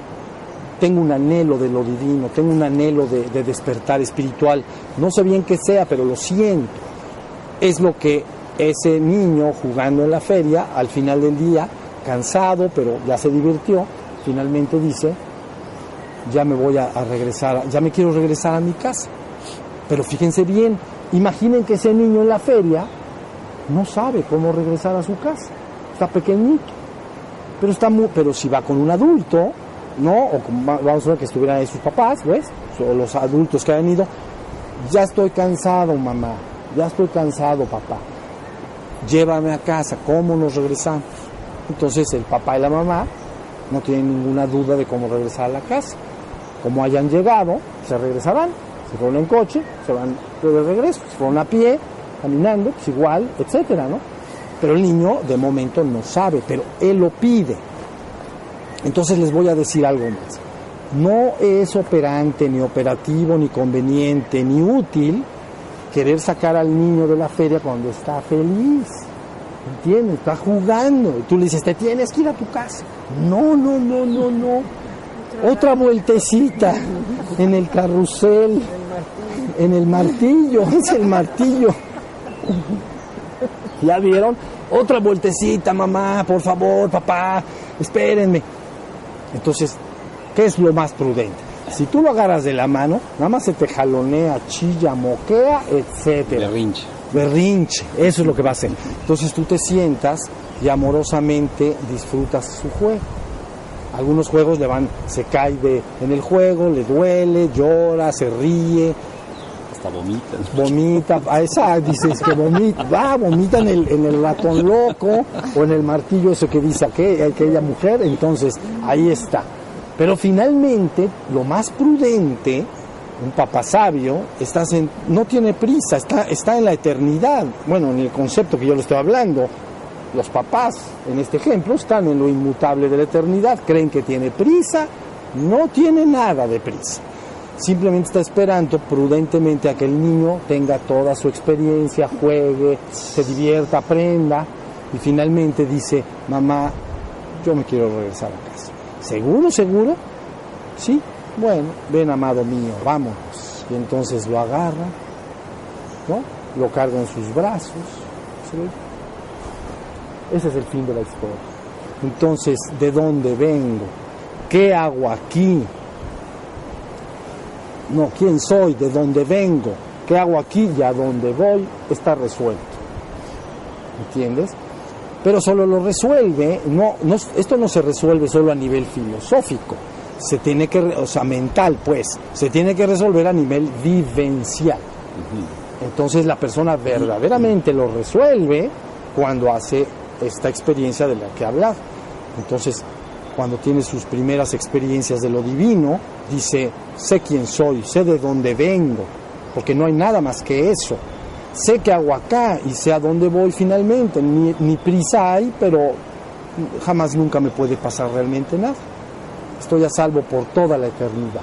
tengo un anhelo de lo divino, tengo un anhelo de despertar espiritual, no sé bien qué sea, pero lo siento. Es lo que ese niño jugando en la feria, al final del día, cansado, pero ya se divirtió, finalmente dice, ya me voy a regresar, ya me quiero regresar a mi casa. Pero fíjense bien, imaginen que ese niño en la feria no sabe cómo regresar a su casa, está pequeñito, pero si va con un adulto, ¿no? O vamos a ver que estuvieran ahí sus papás, ¿ves? O los adultos que han ido, ya estoy cansado, mamá, ya estoy cansado, papá, llévame a casa, ¿cómo nos regresamos? Entonces el papá y la mamá no tienen ninguna duda de cómo regresar a la casa. Como hayan llegado, se regresarán. Si fueron en coche, se van de regreso. Si fueron a pie, caminando, pues igual, etcétera, ¿no? Pero el niño de momento no sabe, pero él lo pide. Entonces les voy a decir algo más. No es operante, ni operativo, ni conveniente, ni útil querer sacar al niño de la feria cuando está feliz. ¿Entiendes? Está jugando. Y tú le dices, te tienes que ir a tu casa. No. Otra vueltecita en el carrusel, en el martillo, es el martillo. ¿Ya vieron? Otra vueltecita, mamá, por favor, papá, espérenme. Entonces, ¿qué es lo más prudente? Si tú lo agarras de la mano, nada más se te jalonea, chilla, moquea, etcétera. Berrinche, eso es lo que va a hacer. Entonces tú te sientas y amorosamente disfrutas su juego. Algunos juegos se cae en el juego, le duele, llora, se ríe. Hasta vomita. Vomita, dices que vomita en el ratón loco o en el martillo, eso que dice aquella mujer, entonces ahí está. Pero finalmente, lo más prudente, un papá sabio, no tiene prisa, está en la eternidad. Bueno, en el concepto que yo le estoy hablando. Los papás, en este ejemplo, están en lo inmutable de la eternidad, creen que tiene prisa, no tiene nada de prisa. Simplemente está esperando prudentemente a que el niño tenga toda su experiencia, juegue, se divierta, aprenda, y finalmente dice, mamá, yo me quiero regresar a casa. ¿Seguro? Sí, bueno, ven amado mío, vámonos. Y entonces lo agarra, ¿no? Lo carga en sus brazos, ¿sí? Ese es el fin de la historia. Entonces, ¿de dónde vengo? ¿Qué hago aquí? No, ¿quién soy? ¿De dónde vengo? ¿Qué hago aquí? Y a dónde voy está resuelto. ¿Entiendes? Pero solo lo resuelve, esto no se resuelve solo a nivel filosófico, se tiene que, mental, pues, se tiene que resolver a nivel vivencial. Entonces la persona verdaderamente lo resuelve cuando hace esta experiencia de la que he hablado. Entonces, cuando tiene sus primeras experiencias de lo divino, dice, sé quién soy, sé de dónde vengo, porque no hay nada más que eso. Sé que hago acá y sé a dónde voy finalmente, ni prisa hay, pero jamás nunca me puede pasar realmente nada. Estoy a salvo por toda la eternidad.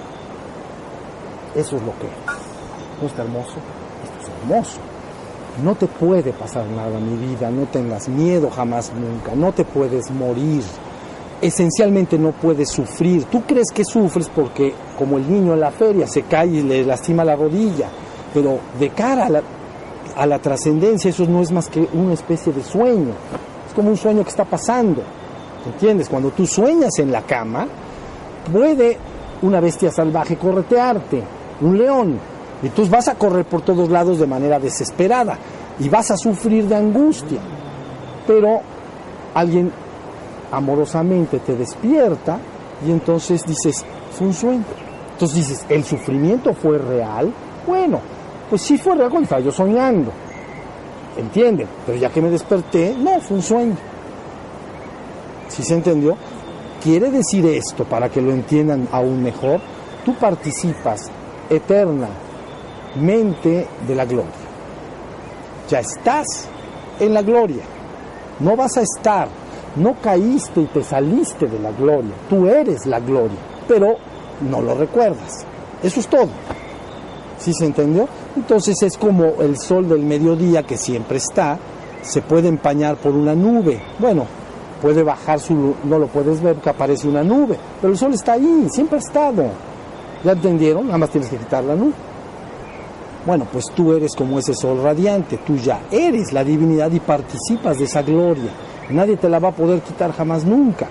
Eso es lo que es. ¿No está hermoso? Esto es hermoso. No te puede pasar nada, mi vida, no tengas miedo jamás nunca, no te puedes morir. Esencialmente no puedes sufrir. Tú crees que sufres porque, como el niño en la feria, se cae y le lastima la rodilla, pero de cara a la trascendencia eso no es más que una especie de sueño. Es como un sueño que está pasando. ¿Entiendes? Cuando tú sueñas en la cama, puede una bestia salvaje corretearte, un león, y tú vas a correr por todos lados de manera desesperada y vas a sufrir de angustia, pero alguien amorosamente te despierta y entonces dices, fue un sueño. Entonces dices, ¿el sufrimiento fue real? Bueno, pues sí fue real cuando estaba yo soñando, ¿entienden? Pero ya que me desperté, no, fue un sueño. ¿Sí se entendió? Quiere decir esto, para que lo entiendan aún mejor, tú participas eternamente de la gloria. Ya estás en la gloria. No vas a estar, no caíste y te saliste de la gloria. Tú eres la gloria, pero no lo recuerdas. Eso es todo. ¿Sí se entendió? Entonces es como el sol del mediodía que siempre está, se puede empañar por una nube. Bueno, puede bajar no lo puedes ver porque aparece una nube, pero el sol está ahí, siempre ha estado. ¿Ya entendieron? Nada más tienes que quitar la nube. Bueno, pues tú eres como ese sol radiante, tú ya eres la divinidad y participas de esa gloria. Nadie te la va a poder quitar jamás nunca,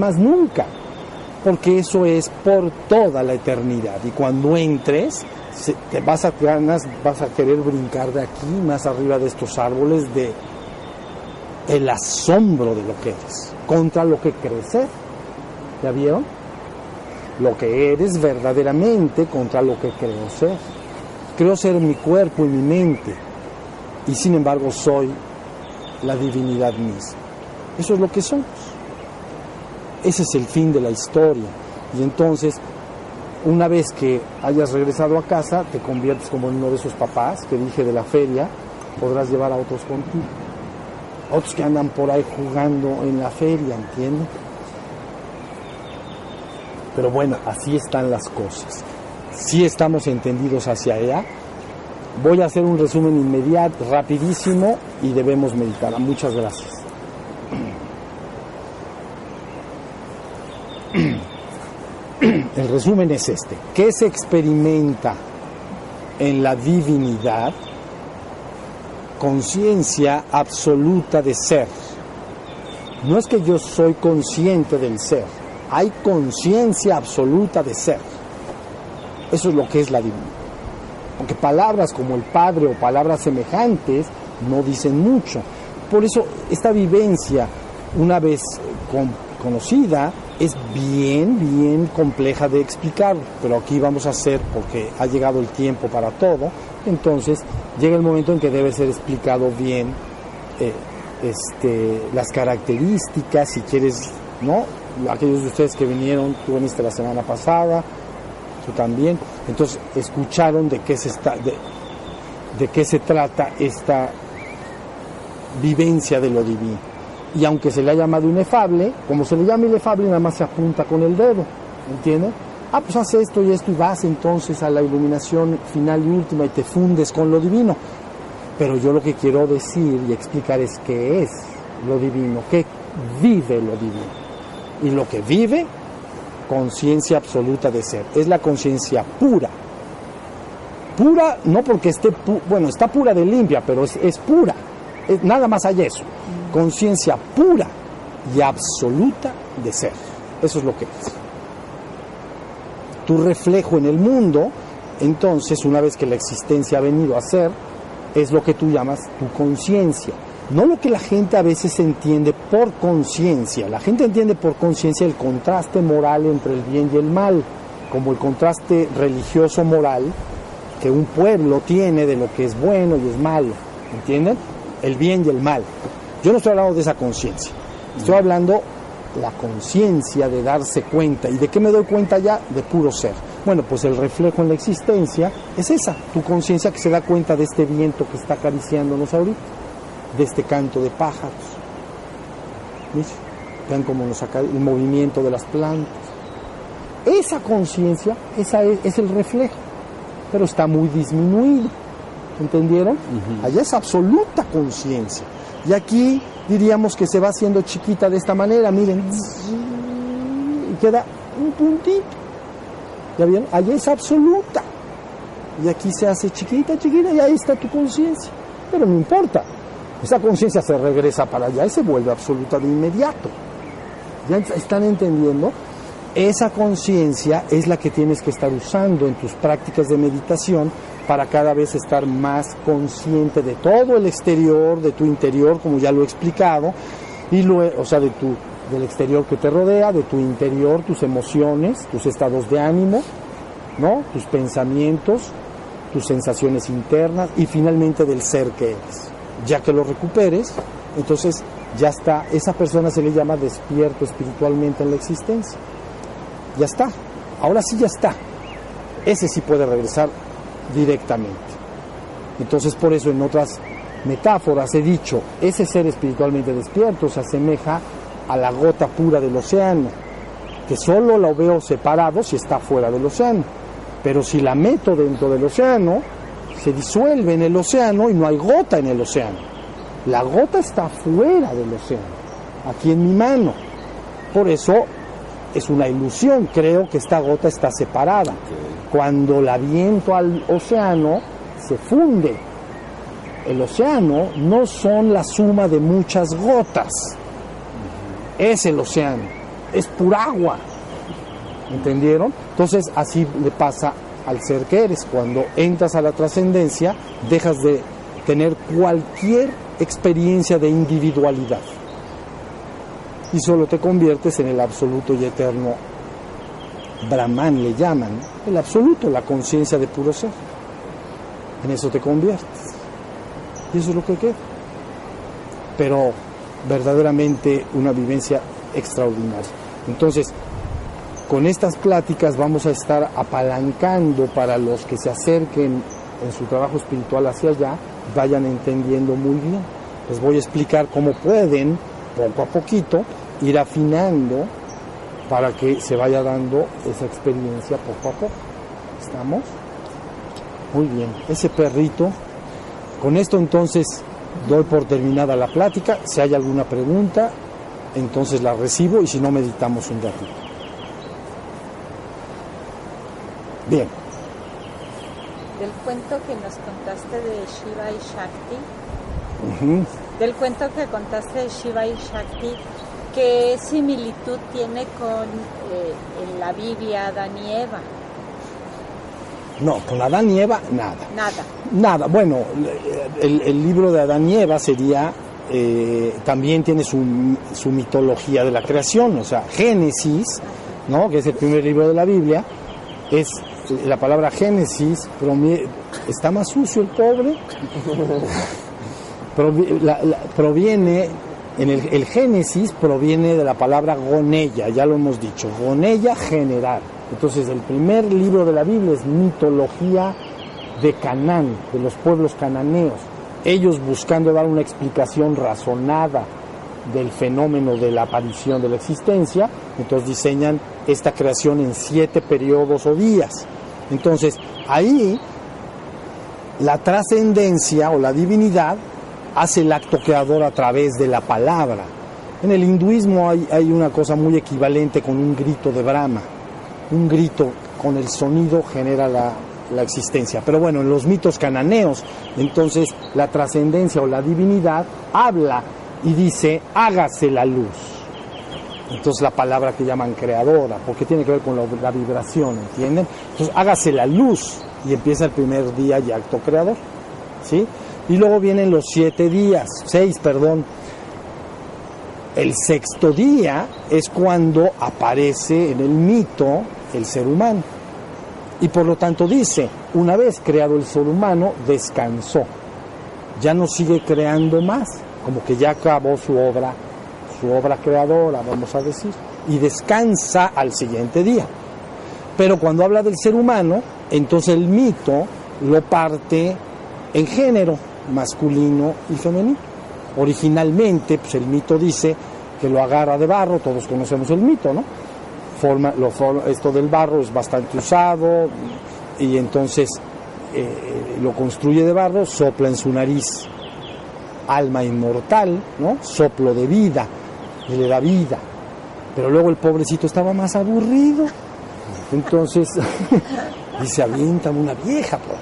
porque eso es por toda la eternidad. Y cuando entres, vas a querer brincar de aquí, más arriba de estos árboles, de el asombro de lo que eres, contra lo que crees ser. ¿Ya vieron? Lo que eres verdaderamente contra lo que creo ser. Creo ser mi cuerpo y mi mente, y sin embargo soy la divinidad misma. Eso es lo que somos. Ese es el fin de la historia. Y entonces, una vez que hayas regresado a casa, te conviertes como en uno de esos papás que dije de la feria, podrás llevar a otros contigo. Otros que andan por ahí jugando en la feria, ¿entienden? Pero bueno, así están las cosas. Si estamos entendidos hacia allá, voy a hacer un resumen inmediato, rapidísimo, y debemos meditar. Muchas gracias. El resumen es este. ¿Qué se experimenta en la divinidad? Conciencia absoluta de ser. No es que yo soy consciente del ser, hay conciencia absoluta de ser. Eso es lo que es la divinidad. Porque palabras como el Padre o palabras semejantes no dicen mucho. Por eso esta vivencia, una vez conocida, es bien compleja de explicar, pero aquí vamos a hacer, porque ha llegado el tiempo para todo, entonces llega el momento en que debe ser explicado bien las características, si quieres, ¿no? Aquellos de ustedes que vinieron, tú viniste la semana pasada, tú también, entonces escucharon de qué se trata esta vivencia de lo divino. Y aunque se le ha llamado inefable, como se le llama inefable, nada más se apunta con el dedo, ¿entienden? Pues haz esto y esto y vas entonces a la iluminación final y última y te fundes con lo divino. Pero yo lo que quiero decir y explicar es qué es lo divino, qué vive lo divino. Y lo que vive, conciencia absoluta de ser, es la conciencia pura. Pura, no porque esté, está pura de limpia, pero es pura, nada más hay eso. Conciencia pura y absoluta de ser. Eso es lo que es. Tu reflejo en el mundo, entonces, una vez que la existencia ha venido a ser, es lo que tú llamas tu conciencia. No lo que la gente a veces entiende por conciencia. La gente entiende por conciencia el contraste moral entre el bien y el mal, como el contraste religioso moral que un pueblo tiene de lo que es bueno y es malo. ¿Entienden? El bien y el mal. Yo no estoy hablando de esa conciencia, estoy hablando de la conciencia de darse cuenta. ¿Y de qué me doy cuenta ya? De puro ser. Bueno, pues el reflejo en la existencia es esa, tu conciencia que se da cuenta de este viento que está acariciándonos ahorita, de este canto de pájaros. ¿Ves? Vean cómo el movimiento de las plantas. Esa conciencia, es el reflejo, pero está muy disminuido. ¿Entendieron? Allá es absoluta conciencia. Y aquí diríamos que se va haciendo chiquita de esta manera, miren, y queda un puntito. ¿Ya vieron? Allá es absoluta. Y aquí se hace chiquita, chiquita, y ahí está tu conciencia. Pero no importa. Esa conciencia se regresa para allá y se vuelve absoluta de inmediato. ¿Ya están entendiendo? Esa conciencia es la que tienes que estar usando en tus prácticas de meditación para cada vez estar más consciente de todo el exterior, de tu interior, como ya lo he explicado, o sea, del exterior que te rodea, de tu interior, tus emociones, tus estados de ánimo, ¿no? Tus pensamientos, tus sensaciones internas y finalmente del ser que eres. Ya que lo recuperes, entonces ya está, esa persona se le llama despierto espiritualmente en la existencia. Ya está, ahora sí ya está. Ese sí puede regresar directamente. Entonces por eso en otras metáforas he dicho, ese ser espiritualmente despierto se asemeja a la gota pura del océano, que solo lo veo separado si está fuera del océano, pero si la meto dentro del océano, se disuelve en el océano y no hay gota en el océano. La gota está fuera del océano, aquí en mi mano. Por eso es una ilusión, creo que esta gota está separada. Cuando la aviento al océano, se funde. El océano no son la suma de muchas gotas. Es el océano, es pura agua. ¿Entendieron? Entonces así le pasa al ser que eres. Cuando entras a la trascendencia, dejas de tener cualquier experiencia de individualidad y solo te conviertes en el absoluto y eterno Brahman, le llaman, el absoluto, la conciencia de puro ser. En eso te conviertes y eso es lo que queda, pero verdaderamente una vivencia extraordinaria. Entonces, con estas pláticas vamos a estar apalancando para los que se acerquen en su trabajo espiritual hacia allá, vayan entendiendo muy bien. Les voy a explicar cómo pueden, poco a poquito, ir afinando para que se vaya dando esa experiencia poco a poco. ¿Estamos? Muy bien. Ese perrito. Con esto entonces doy por terminada la plática. Si hay alguna pregunta, entonces la recibo y si no, meditamos un ratito. Bien. Del cuento que nos contaste de Shiva y Shakti, del cuento que contaste de Shiva y Shakti, ¿qué similitud tiene con en la Biblia Adán y Eva? No, con Adán y Eva, nada. Nada. Nada. Bueno, el libro de Adán y Eva sería, también tiene su mitología de la creación, o sea, Génesis, ¿no? Que es el primer libro de la Biblia, es la palabra Génesis, está más sucio el pobre, proviene, el Génesis proviene de la palabra goneya, ya lo hemos dicho, goneya, generar. Entonces el primer libro de la Biblia es mitología de Canaán, de los pueblos cananeos, ellos buscando dar una explicación razonada del fenómeno de la aparición de la existencia. Entonces diseñan esta creación en 7 periodos o días. Entonces ahí la trascendencia o la divinidad hace el acto creador a través de la palabra. En el hinduismo hay una cosa muy equivalente con un grito de Brahma. Un grito con el sonido genera la existencia. Pero bueno, en los mitos cananeos, entonces la trascendencia o la divinidad habla y dice, hágase la luz. Entonces la palabra que llaman creadora, porque tiene que ver con la vibración, ¿entienden? Entonces hágase la luz y empieza el primer día y acto creador, ¿sí? Y luego vienen los 6 perdón. El 6º día es cuando aparece en el mito el ser humano. Y por lo tanto dice, una vez creado el ser humano, descansó. Ya no sigue creando más, como que ya acabó su obra creadora, vamos a decir, y descansa al siguiente día. Pero cuando habla del ser humano, entonces el mito lo parte en género, masculino y femenino. Originalmente, pues el mito dice que lo agarra de barro, todos conocemos el mito, ¿no? Esto del barro es bastante usado y entonces lo construye de barro, sopla en su nariz alma inmortal, ¿no? Soplo de vida, y le da vida. Pero luego el pobrecito estaba más aburrido, entonces dice, aviéntame una vieja, por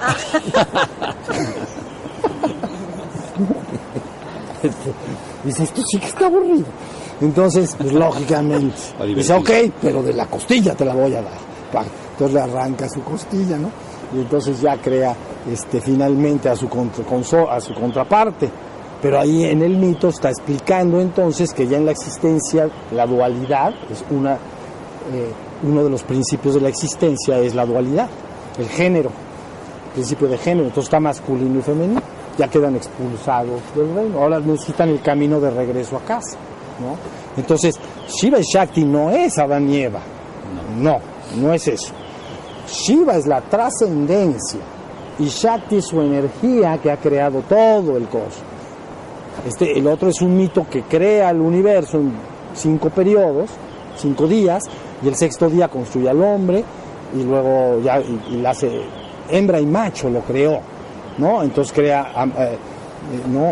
dice, esto sí que está aburrido. Entonces, pues lógicamente, dice, ok, pero de la costilla te la voy a dar. Entonces le arranca su costilla, ¿no? Y entonces ya crea finalmente a su contraparte. Pero ahí en el mito está explicando entonces que ya en la existencia la dualidad es uno de los principios de la existencia es la dualidad, el género, el principio de género. Entonces está masculino y femenino, ya quedan expulsados del reino, ahora necesitan el camino de regreso a casa, ¿no? Entonces Shiva y Shakti no es Adán y Eva, no es eso. Shiva es la trascendencia y Shakti es su energía que ha creado todo el cosmos. El otro es un mito que crea el universo en 5 periodos, 5 días, y el 6º día construye al hombre y luego ya y la hace hembra y macho, lo creó, ¿no? Entonces crea, ¿no?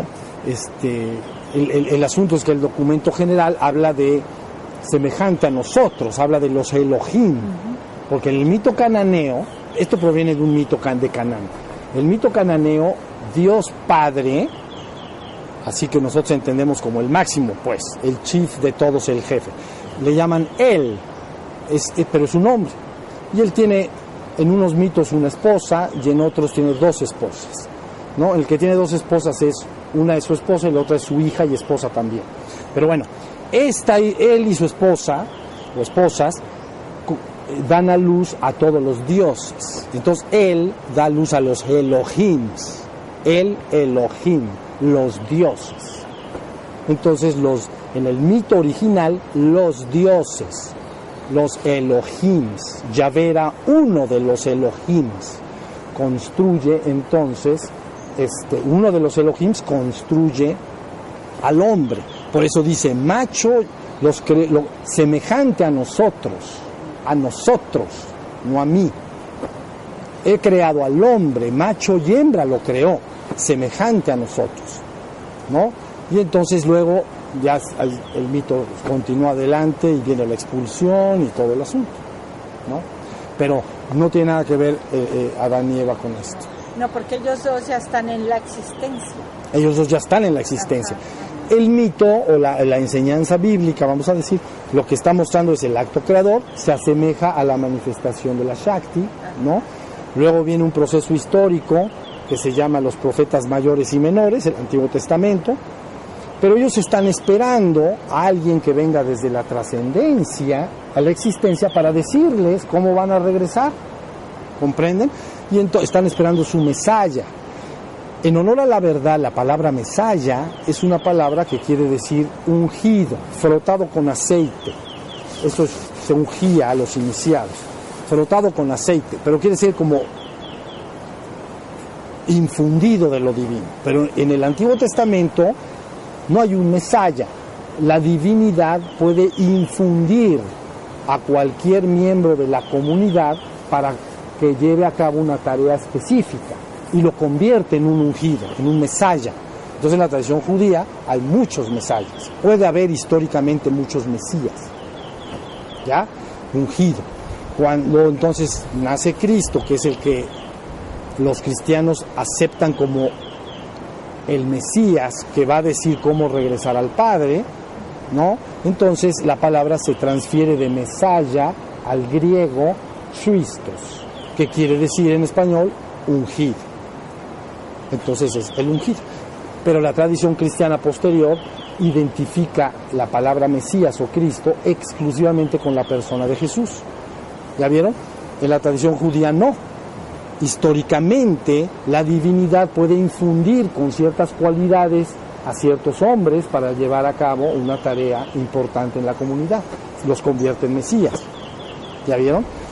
El asunto es que el documento general habla de semejante a nosotros, habla de los Elohim, porque el mito cananeo, esto proviene de un mito de Canaán. El mito cananeo, Dios Padre, así que nosotros entendemos como el máximo, pues, el chief de todos, el jefe. Le llaman él, pero es un hombre. Y él tiene en unos mitos una esposa y en otros tiene 2 esposas, ¿no? El que tiene 2 esposas una es su esposa y la otra es su hija y esposa también. Pero bueno, él y su esposa o esposas dan a luz a todos los dioses. Entonces él da a luz a los Elohims, el Elohim, los dioses. Entonces en el mito original los dioses, los Elohims, Yahvé era uno de los Elohims, construye entonces uno de los Elohims construye al hombre. Por eso dice macho, semejante a nosotros, no a mí. He creado al hombre, macho y hembra lo creó, semejante a nosotros, ¿no? Y entonces luego ya el mito continúa adelante y viene la expulsión y todo el asunto, ¿no? Pero no tiene nada que ver Adán y Eva con esto. No, porque ellos dos ya están en la existencia. Ellos dos ya están en la existencia. Ajá. El mito o la enseñanza bíblica, vamos a decir, lo que está mostrando es el acto creador, se asemeja a la manifestación de la Shakti, ¿no? Luego viene un proceso histórico que se llama los profetas mayores y menores, el Antiguo Testamento, pero ellos están esperando a alguien que venga desde la trascendencia a la existencia para decirles cómo van a regresar, ¿comprenden? Y están esperando su Mesaya. En honor a la verdad, la palabra Mesaya es una palabra que quiere decir ungido, frotado con aceite. Eso se ungía a los iniciados, frotado con aceite, pero quiere decir como infundido de lo divino. Pero en el Antiguo Testamento no hay un Mesaya. La divinidad puede infundir a cualquier miembro de la comunidad para que lleve a cabo una tarea específica y lo convierte en un ungido, en un Mesaya. Entonces en la tradición judía hay muchos Mesayas. Puede haber históricamente muchos Mesías, ¿ya? Ungido. Cuando entonces nace Cristo, que es el que los cristianos aceptan como el Mesías, que va a decir cómo regresar al Padre, ¿no? Entonces la palabra se transfiere de Mesaya al griego Christos, que quiere decir en español ungido. Entonces es el ungido. Pero la tradición cristiana posterior identifica la palabra Mesías o Cristo exclusivamente con la persona de Jesús. ¿Ya vieron? En la tradición judía no. Históricamente la divinidad puede infundir con ciertas cualidades a ciertos hombres para llevar a cabo una tarea importante en la comunidad. Los convierte en Mesías. ¿Ya vieron?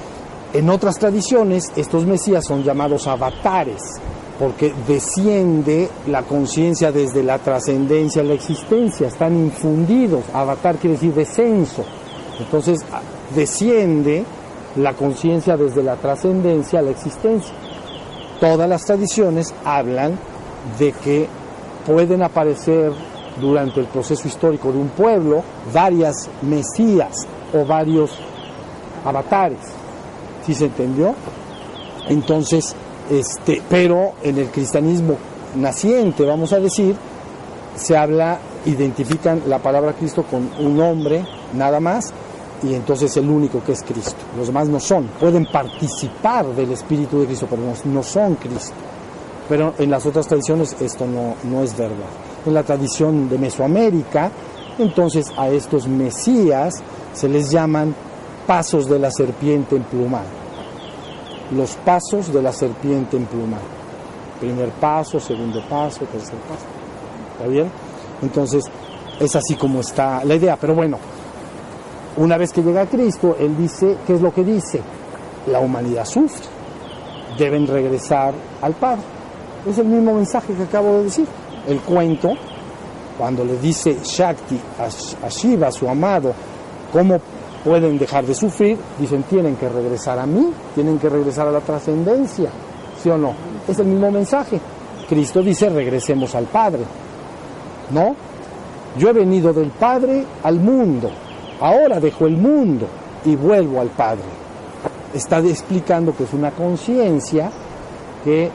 En otras tradiciones, estos mesías son llamados avatares, porque desciende la conciencia desde la trascendencia a la existencia, están infundidos. Avatar quiere decir descenso. Entonces, desciende la conciencia desde la trascendencia a la existencia. Todas las tradiciones hablan de que pueden aparecer durante el proceso histórico de un pueblo varias mesías o varios avatares. ¿Sí se entendió? Entonces, pero en el cristianismo naciente, vamos a decir, se habla, identifican la palabra Cristo con un nombre, nada más, y entonces el único que es Cristo. Los demás no son, pueden participar del Espíritu de Cristo, pero no son Cristo. Pero en las otras tradiciones esto no es verdad. En la tradición de Mesoamérica, entonces a estos mesías se les llaman pasos de la serpiente emplumada. Los pasos de la serpiente emplumada. Primer paso, segundo paso, tercer paso. ¿Está bien? Entonces, es así como está la idea. Pero bueno, una vez que llega Cristo, Él dice, ¿qué es lo que dice? La humanidad sufre. Deben regresar al Padre. Es el mismo mensaje que acabo de decir. El cuento, cuando le dice Shakti a Shiva, su amado, ¿cómo pueden dejar de sufrir? Dicen, tienen que regresar a mí, tienen que regresar a la trascendencia, ¿sí o no? Es el mismo mensaje. Cristo dice, regresemos al Padre, ¿no? Yo he venido del Padre al mundo, ahora dejo el mundo y vuelvo al Padre. Está explicando que es una conciencia que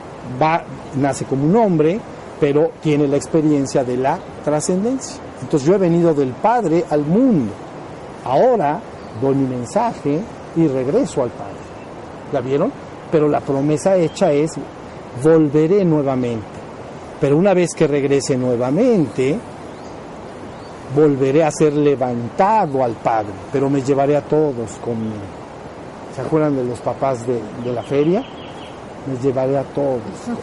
nace como un hombre, pero tiene la experiencia de la trascendencia. Entonces yo he venido del Padre al mundo. Ahora doy mi mensaje y regreso al Padre. ¿La vieron? Pero la promesa hecha es, volveré nuevamente. Pero una vez que regrese nuevamente, volveré a ser levantado al Padre, pero me llevaré a todos conmigo. ¿Se acuerdan de los papás de la feria? Me llevaré a todos.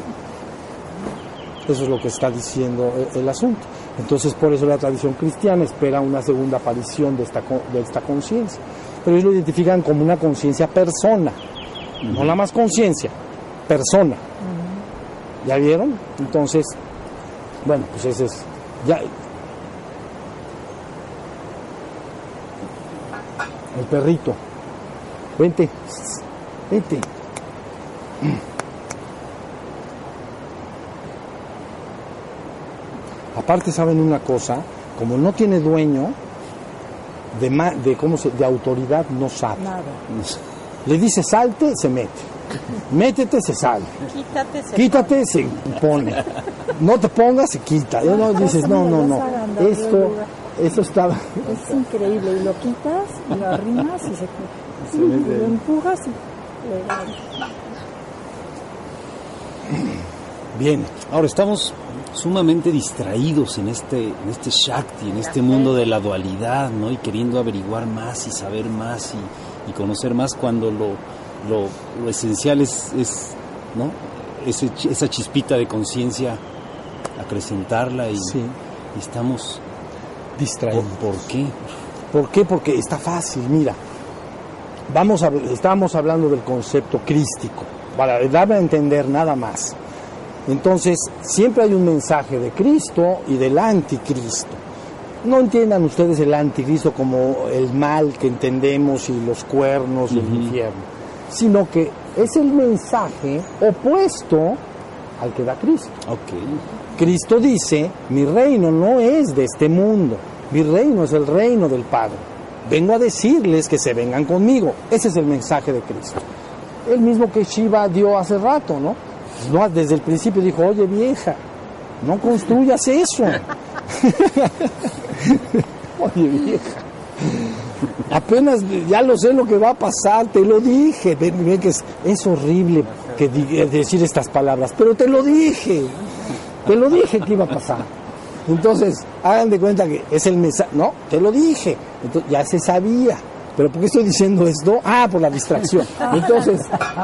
Eso es lo que está diciendo el asunto. Entonces, por eso la tradición cristiana espera una segunda aparición de esta conciencia. Pero ellos lo identifican como una conciencia persona, no nada más conciencia, persona. ¿Ya vieron? Entonces, bueno, pues ese es... Ya, el perrito. Vente. Vente. Aparte, ¿saben una cosa? Como no tiene dueño, de autoridad no sabe. Nada. Le dice salte, se mete. Métete, se sale. Quítate, se pone. No te pongas, se quita. No dices, no. Esto está... Es increíble. Y lo quitas, y lo arrimas y se quita. Sí, lo empujas y le das. Bien, ahora estamos sumamente distraídos en este Shakti, en este mundo de la dualidad, ¿no? Y queriendo averiguar más y saber más y conocer más, cuando lo esencial es ¿no? Esa chispita de conciencia, acrecentarla y estamos distraídos. ¿Por qué? ¿Por qué? Porque está fácil, mira. Estábamos hablando del concepto crístico, para darme a entender nada más. Entonces, siempre hay un mensaje de Cristo y del anticristo. No entiendan ustedes el anticristo como el mal que entendemos y los cuernos y el infierno, sino que es el mensaje opuesto al que da Cristo. Okay. Cristo dice, mi reino no es de este mundo, mi reino es el reino del Padre. Vengo a decirles que se vengan conmigo. Ese es el mensaje de Cristo. El mismo que Shiva dio hace rato, ¿no? No, desde el principio dijo, oye vieja, no construyas eso. Oye vieja, apenas ya lo sé lo que va a pasar, te lo dije. Ven que es horrible decir estas palabras, pero te lo dije que iba a pasar. Entonces, hagan de cuenta que es el mensaje, no, te lo dije, entonces, ya se sabía. ¿Pero por qué estoy diciendo esto? Por la distracción. Entonces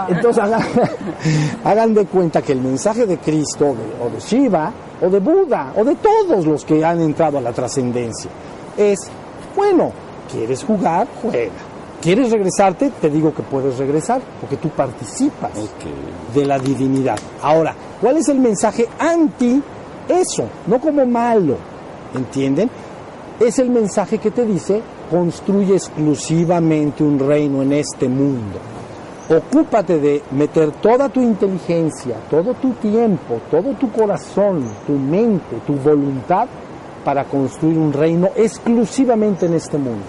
hagan de cuenta que el mensaje de Cristo, o de Shiva, o de Buda, o de todos los que han entrado a la trascendencia, es, bueno, ¿quieres jugar? Juega. ¿Quieres regresarte? Te digo que puedes regresar, porque tú participas de la divinidad. Ahora, ¿cuál es el mensaje anti eso? No como malo, ¿entienden? Es el mensaje que te dice, construye exclusivamente un reino en este mundo. Ocúpate de meter toda tu inteligencia, todo tu tiempo, todo tu corazón, tu mente, tu voluntad para construir un reino exclusivamente en este mundo.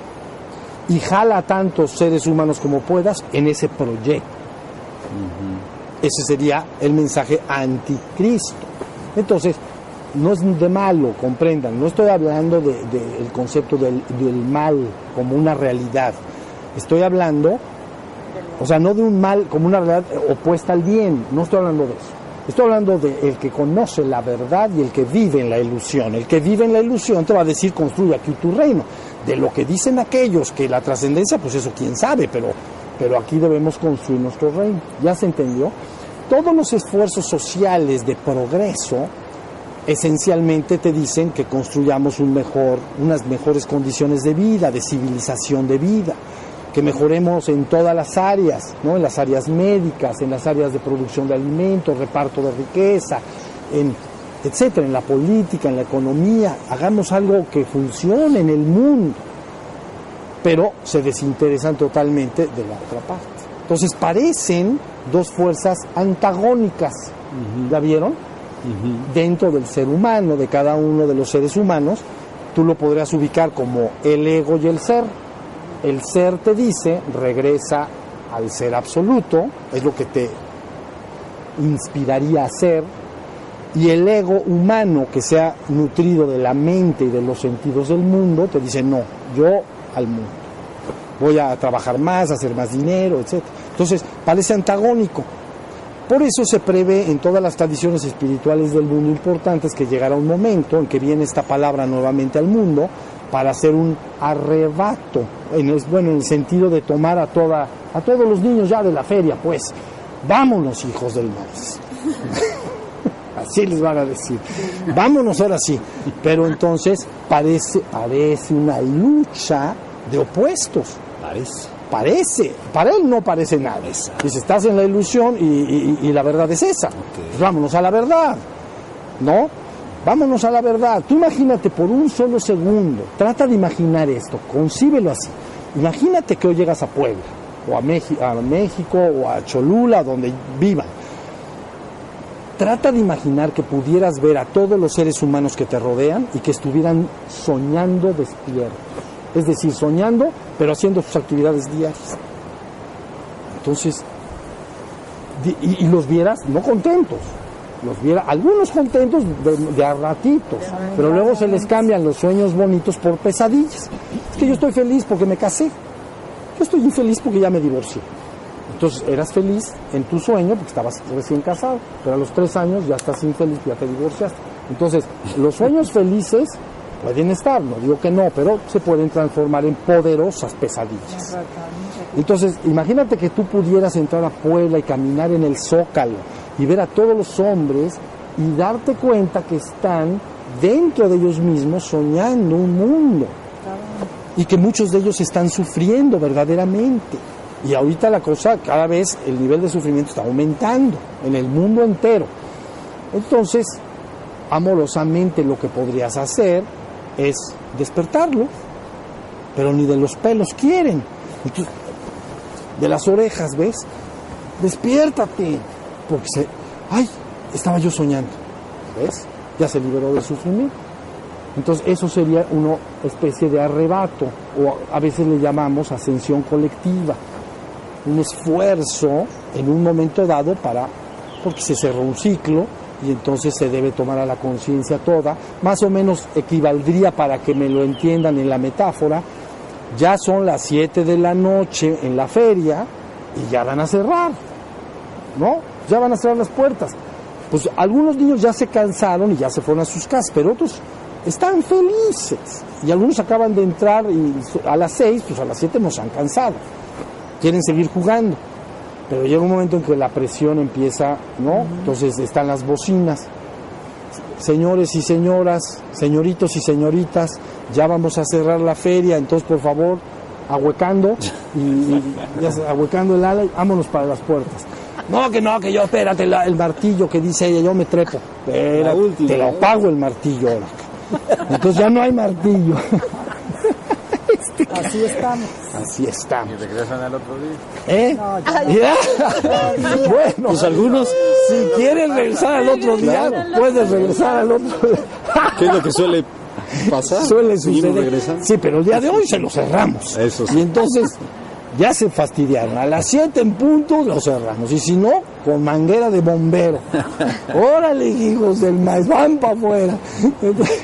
Y jala a tantos seres humanos como puedas en ese proyecto. Ese sería el mensaje anticristo. Entonces, no es de malo, comprendan, no estoy hablando del concepto del mal como una realidad. Estoy hablando, o sea, no de un mal como una realidad opuesta al bien, no estoy hablando de eso. Estoy hablando de el que conoce la verdad y el que vive en la ilusión. El que vive en la ilusión te va a decir, construye aquí tu reino. De lo que dicen aquellos, que la trascendencia, pues eso quién sabe, pero aquí debemos construir nuestro reino. ¿Ya se entendió? Todos los esfuerzos sociales de progreso, esencialmente te dicen que construyamos unas mejores condiciones de vida, de civilización de vida, que mejoremos en todas las áreas, ¿no? En las áreas médicas, en las áreas de producción de alimentos, reparto de riqueza, etcétera, en la política, en la economía, hagamos algo que funcione en el mundo, pero se desinteresan totalmente de la otra parte. Entonces parecen dos fuerzas antagónicas, ¿la vieron? Dentro del ser humano, de cada uno de los seres humanos, tú lo podrías ubicar como el ego y el ser. El ser te dice, regresa al ser absoluto, es lo que te inspiraría a ser, y el ego humano que se ha nutrido de la mente y de los sentidos del mundo, te dice, no, yo al mundo, voy a trabajar más, hacer más dinero, etc. Entonces, parece antagónico. Por eso se prevé en todas las tradiciones espirituales del mundo importantes que llegará un momento en que viene esta palabra nuevamente al mundo para hacer un arrebato, en el sentido de tomar a todos los niños ya de la feria, pues, vámonos, hijos del maíz. Así les van a decir, vámonos ahora sí. Pero entonces parece una lucha de opuestos. Parece, para él no parece nada. Dice, estás en la ilusión y la verdad es esa. Pues vámonos a la verdad, ¿no? Vámonos a la verdad. Tú imagínate por un solo segundo, trata de imaginar esto, concíbelo así. Imagínate que hoy llegas a Puebla, o a México, o a Cholula, donde vivan. Trata de imaginar que pudieras ver a todos los seres humanos que te rodean y que estuvieran soñando despiertos. Es decir, soñando, pero haciendo sus actividades diarias. Entonces, y los vieras no contentos. Los viera, algunos contentos de a ratitos, pero luego se les cambian los sueños bonitos por pesadillas. Es que yo estoy feliz porque me casé. Yo estoy infeliz porque ya me divorcié. Entonces, eras feliz en tu sueño porque estabas recién casado, pero a los 3 años ya estás infeliz, ya te divorciaste. Entonces, los sueños felices pueden estar, no digo que no, pero se pueden transformar en poderosas pesadillas. Entonces, imagínate que tú pudieras entrar a Puebla y caminar en el Zócalo y ver a todos los hombres y darte cuenta que están dentro de ellos mismos soñando un mundo y que muchos de ellos están sufriendo verdaderamente. Y ahorita la cosa, cada vez el nivel de sufrimiento está aumentando en el mundo entero. Entonces, amorosamente lo que podrías hacer es despertarlo, pero ni de los pelos quieren. Entonces, de las orejas, ¿ves? Despiértate, porque estaba yo soñando, ¿ves? Ya se liberó del sufrimiento. Entonces eso sería una especie de arrebato, o a veces le llamamos ascensión colectiva, un esfuerzo en un momento dado porque se cerró un ciclo y entonces se debe tomar a la conciencia toda. Más o menos equivaldría, para que me lo entiendan en la metáfora, ya son las 7 de la noche en la feria y ya van a cerrar, ¿no? Ya van a cerrar las puertas. Pues algunos niños ya se cansaron y ya se fueron a sus casas, pero otros están felices. Y algunos acaban de entrar y a las 6, pues a las 7 no se han cansado. Quieren seguir jugando. Pero llega un momento en que la presión empieza, ¿no? Entonces están las bocinas. Señores y señoras, señoritos y señoritas, ya vamos a cerrar la feria, entonces por favor, ahuecando, y ya se, ahuecando el ala y vámonos para las puertas. No, que yo, espérate, el martillo que dice ella, yo me trepo. Espérate, te lo pago el martillo ahora. Entonces ya no hay martillo. Así estamos. Así estamos. Y regresan al otro día. No, ¿Ya? Bueno, Pues algunos, si quieres regresar al otro día, puedes regresar al otro día. ¿qué es lo que suele pasar? Suele Seguimos suceder. regresando. Sí, pero el día de hoy se lo cerramos. Eso sí. Y entonces ya se fastidiaron. A las 7 en punto lo cerramos. Y si no, con manguera de bombero. Órale, hijos del maíz, van para afuera. Entonces,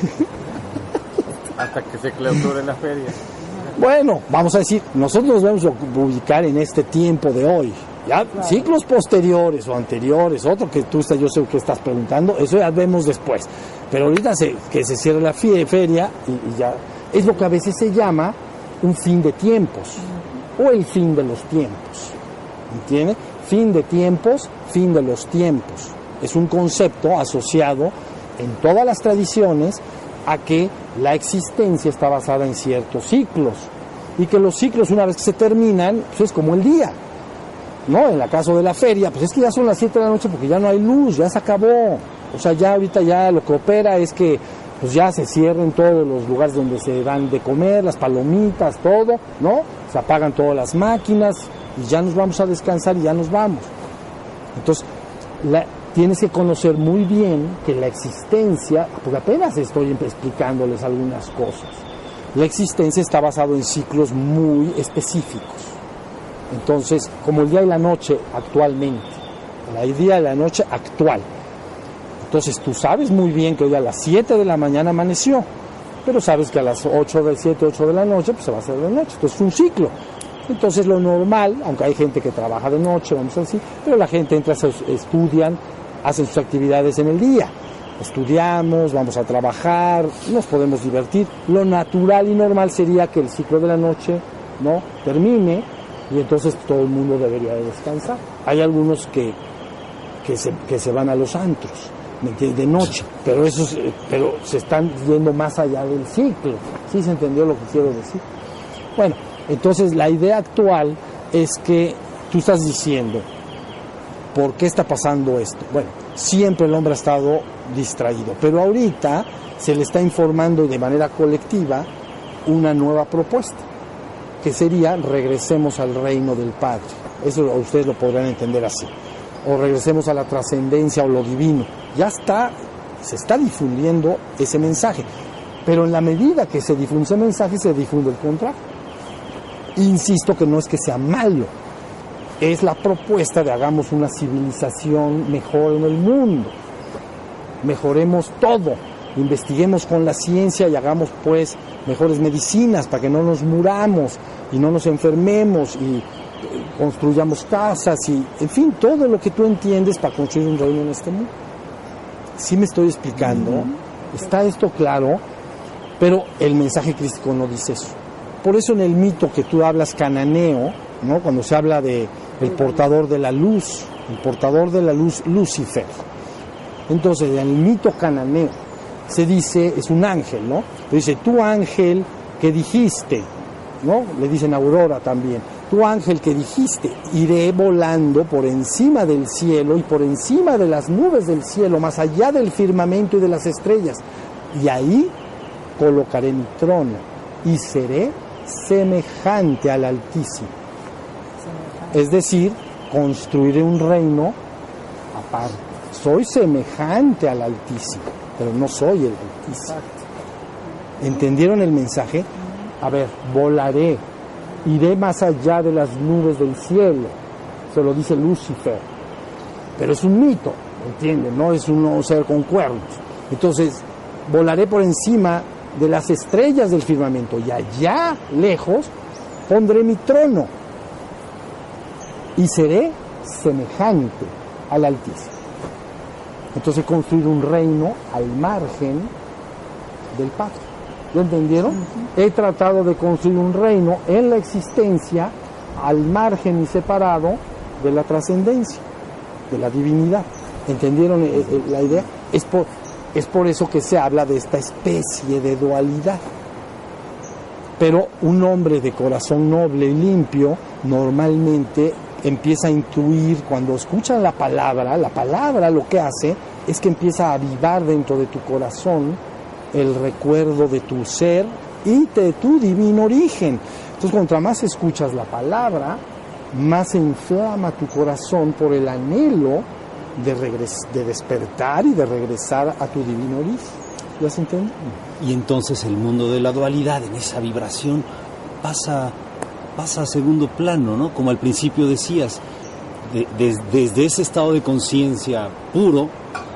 Hasta que se clausure la feria. bueno, vamos a decir, nosotros nos vamos a ubicar en este tiempo de hoy. Ya, ciclos posteriores o anteriores, otro que tú yo sé que estás preguntando, eso ya vemos después. Pero ahorita que se cierre la feria y ya es lo que a veces se llama un fin de tiempos o el fin de los tiempos. ¿Entiende? Fin de tiempos, fin de los tiempos. Es un concepto asociado en todas las tradiciones a que la existencia está basada en ciertos ciclos y que los ciclos una vez que se terminan, pues es como el día, ¿no? En el caso de la feria, pues es que ya son las 7 de la noche porque ya no hay luz, ya se acabó. O sea, ya ahorita ya lo que opera es que pues ya se cierren todos los lugares donde se dan de comer, las palomitas, todo, ¿no? Se apagan todas las máquinas y ya nos vamos a descansar y ya nos vamos. Entonces, tienes que conocer muy bien que la existencia, porque apenas estoy explicándoles algunas cosas, la existencia está basada en ciclos muy específicos. Entonces, como el día y la noche actualmente, el día y la noche actual. Entonces, tú sabes muy bien que hoy a las 7 de la mañana amaneció, pero sabes que a las 8 de la noche, pues se va a hacer de noche. Entonces, es un ciclo. Entonces, lo normal, aunque hay gente que trabaja de noche, vamos a decir, pero la gente entra, estudian, hacen sus actividades en el día. Estudiamos, vamos a trabajar, nos podemos divertir. Lo natural y normal sería que el ciclo de la noche, ¿no?, termine y entonces todo el mundo debería de descansar. Hay algunos que se van a los antros de noche, pero se están yendo más allá del ciclo. ¿Sí se entendió lo que quiero decir? Bueno, entonces la idea actual es que tú estás diciendo, ¿por qué está pasando esto? Bueno, siempre el hombre ha estado distraído, pero ahorita se le está informando de manera colectiva una nueva propuesta, que sería regresemos al reino del Padre. Eso ustedes lo podrán entender así. O regresemos a la trascendencia o lo divino. Ya se está difundiendo ese mensaje, pero en la medida que se difunde ese mensaje, se difunde el contrario. Insisto que no es que sea malo, es la propuesta de hagamos una civilización mejor en el mundo, mejoremos todo, investiguemos con la ciencia y hagamos pues mejores medicinas para que no nos muramos y no nos enfermemos y construyamos casas y, en fin, todo lo que tú entiendes para construir un reino en este mundo. Sí me estoy explicando, está esto claro, pero el mensaje crístico no dice eso. Por eso en el mito que tú hablas cananeo, ¿no?, cuando se habla de el portador de la luz, Lucifer. Entonces, en el mito cananeo se dice, es un ángel, ¿no? Pero dice, tú ángel que dijiste, ¿no? Le dicen Aurora también. Tú ángel que dijiste, iré volando por encima del cielo y por encima de las nubes del cielo, más allá del firmamento y de las estrellas. Y ahí colocaré mi trono y seré semejante al Altísimo. Es decir, construiré un reino aparte. Soy semejante al Altísimo, pero no soy el Altísimo. ¿Entendieron el mensaje? A ver, volaré, iré más allá de las nubes del cielo. Se lo dice Lucifer. Pero es un mito, ¿entienden? No es un ser con cuernos. Entonces, volaré por encima de las estrellas del firmamento y allá, lejos, pondré mi trono y seré semejante al Altísimo. Entonces, construir un reino al margen del Padre. ¿Lo entendieron? He tratado de construir un reino en la existencia al margen y separado de la trascendencia, de la divinidad. ¿Entendieron la idea? Es por eso que se habla de esta especie de dualidad. Pero un hombre de corazón noble y limpio normalmente empieza a intuir, cuando escuchan la palabra lo que hace es que empieza a avivar dentro de tu corazón el recuerdo de tu ser y de tu divino origen. Entonces, contra más escuchas la palabra, más se inflama tu corazón por el anhelo de despertar y de regresar a tu divino origen. ¿Ya se entiende? Y entonces el mundo de la dualidad, en esa vibración, pasa a segundo plano, ¿no? Como al principio decías, desde ese estado de conciencia puro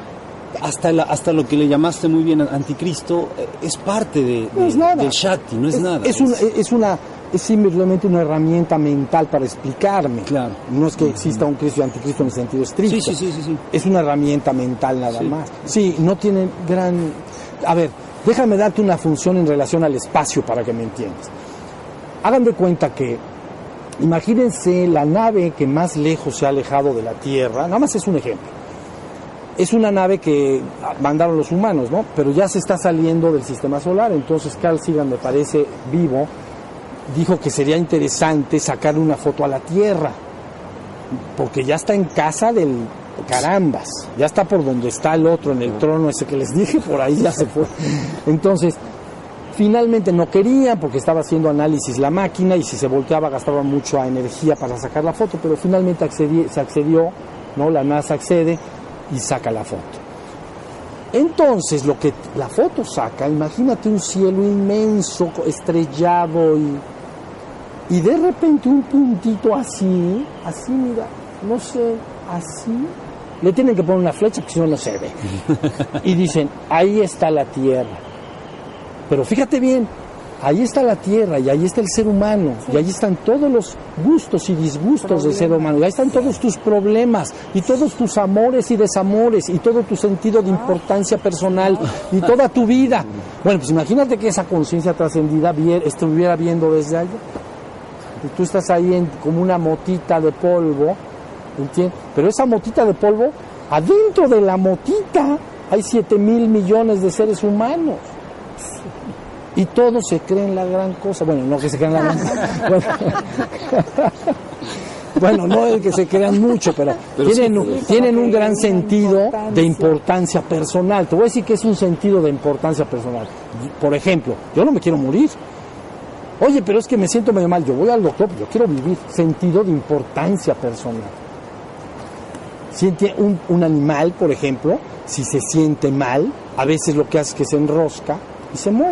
hasta lo que le llamaste muy bien anticristo, es parte del Shakti, no es nada. Es simplemente una herramienta mental para explicarme. Claro. No es que exista un Cristo y anticristo en el sentido estricto. Sí. Es una herramienta mental nada más. Sí, no tiene gran... A ver, déjame darte una función en relación al espacio para que me entiendas. Hagan de cuenta que, imagínense la nave que más lejos se ha alejado de la Tierra, nada más es un ejemplo. Es una nave que mandaron los humanos, ¿no? Pero ya se está saliendo del sistema solar. Entonces Carl Sagan, me parece vivo, dijo que sería interesante sacarle una foto a la Tierra, porque ya está en casa del carambas, ya está por donde está el otro, en el trono ese que les dije, por ahí ya se fue. Entonces, finalmente no querían, porque estaba haciendo análisis la máquina, y si se volteaba gastaba mucha energía para sacar la foto, pero finalmente se accedió, ¿no? La NASA accede y saca la foto. Entonces, lo que la foto saca, imagínate un cielo inmenso, estrellado, y de repente un puntito así, mira, no sé, así, le tienen que poner una flecha porque si no, no se ve. Y dicen, ahí está la Tierra. Pero fíjate bien, ahí está la Tierra y ahí está el ser humano, y ahí están todos los gustos y disgustos del ser humano, y ahí están todos tus problemas y todos tus amores y desamores y todo tu sentido de importancia personal y toda tu vida. Bueno, pues imagínate que esa conciencia trascendida estuviera viendo desde allá, y tú estás ahí como una motita de polvo, ¿entiendes? Pero esa motita de polvo, adentro de la motita hay 7,000 millones de seres humanos. Y todos se creen la gran cosa. Bueno, no que se crean la gran cosa. Bueno, no es que se crean mucho, pero tienen un gran sentido de importancia personal. Te voy a decir que es un sentido de importancia personal. Por ejemplo, yo no me quiero morir. Oye, pero es que me siento medio mal. Yo voy al doctor, yo quiero vivir. Sentido de importancia personal. Siente un animal, por ejemplo, si se siente mal, a veces lo que hace es que se enrosca y se muere.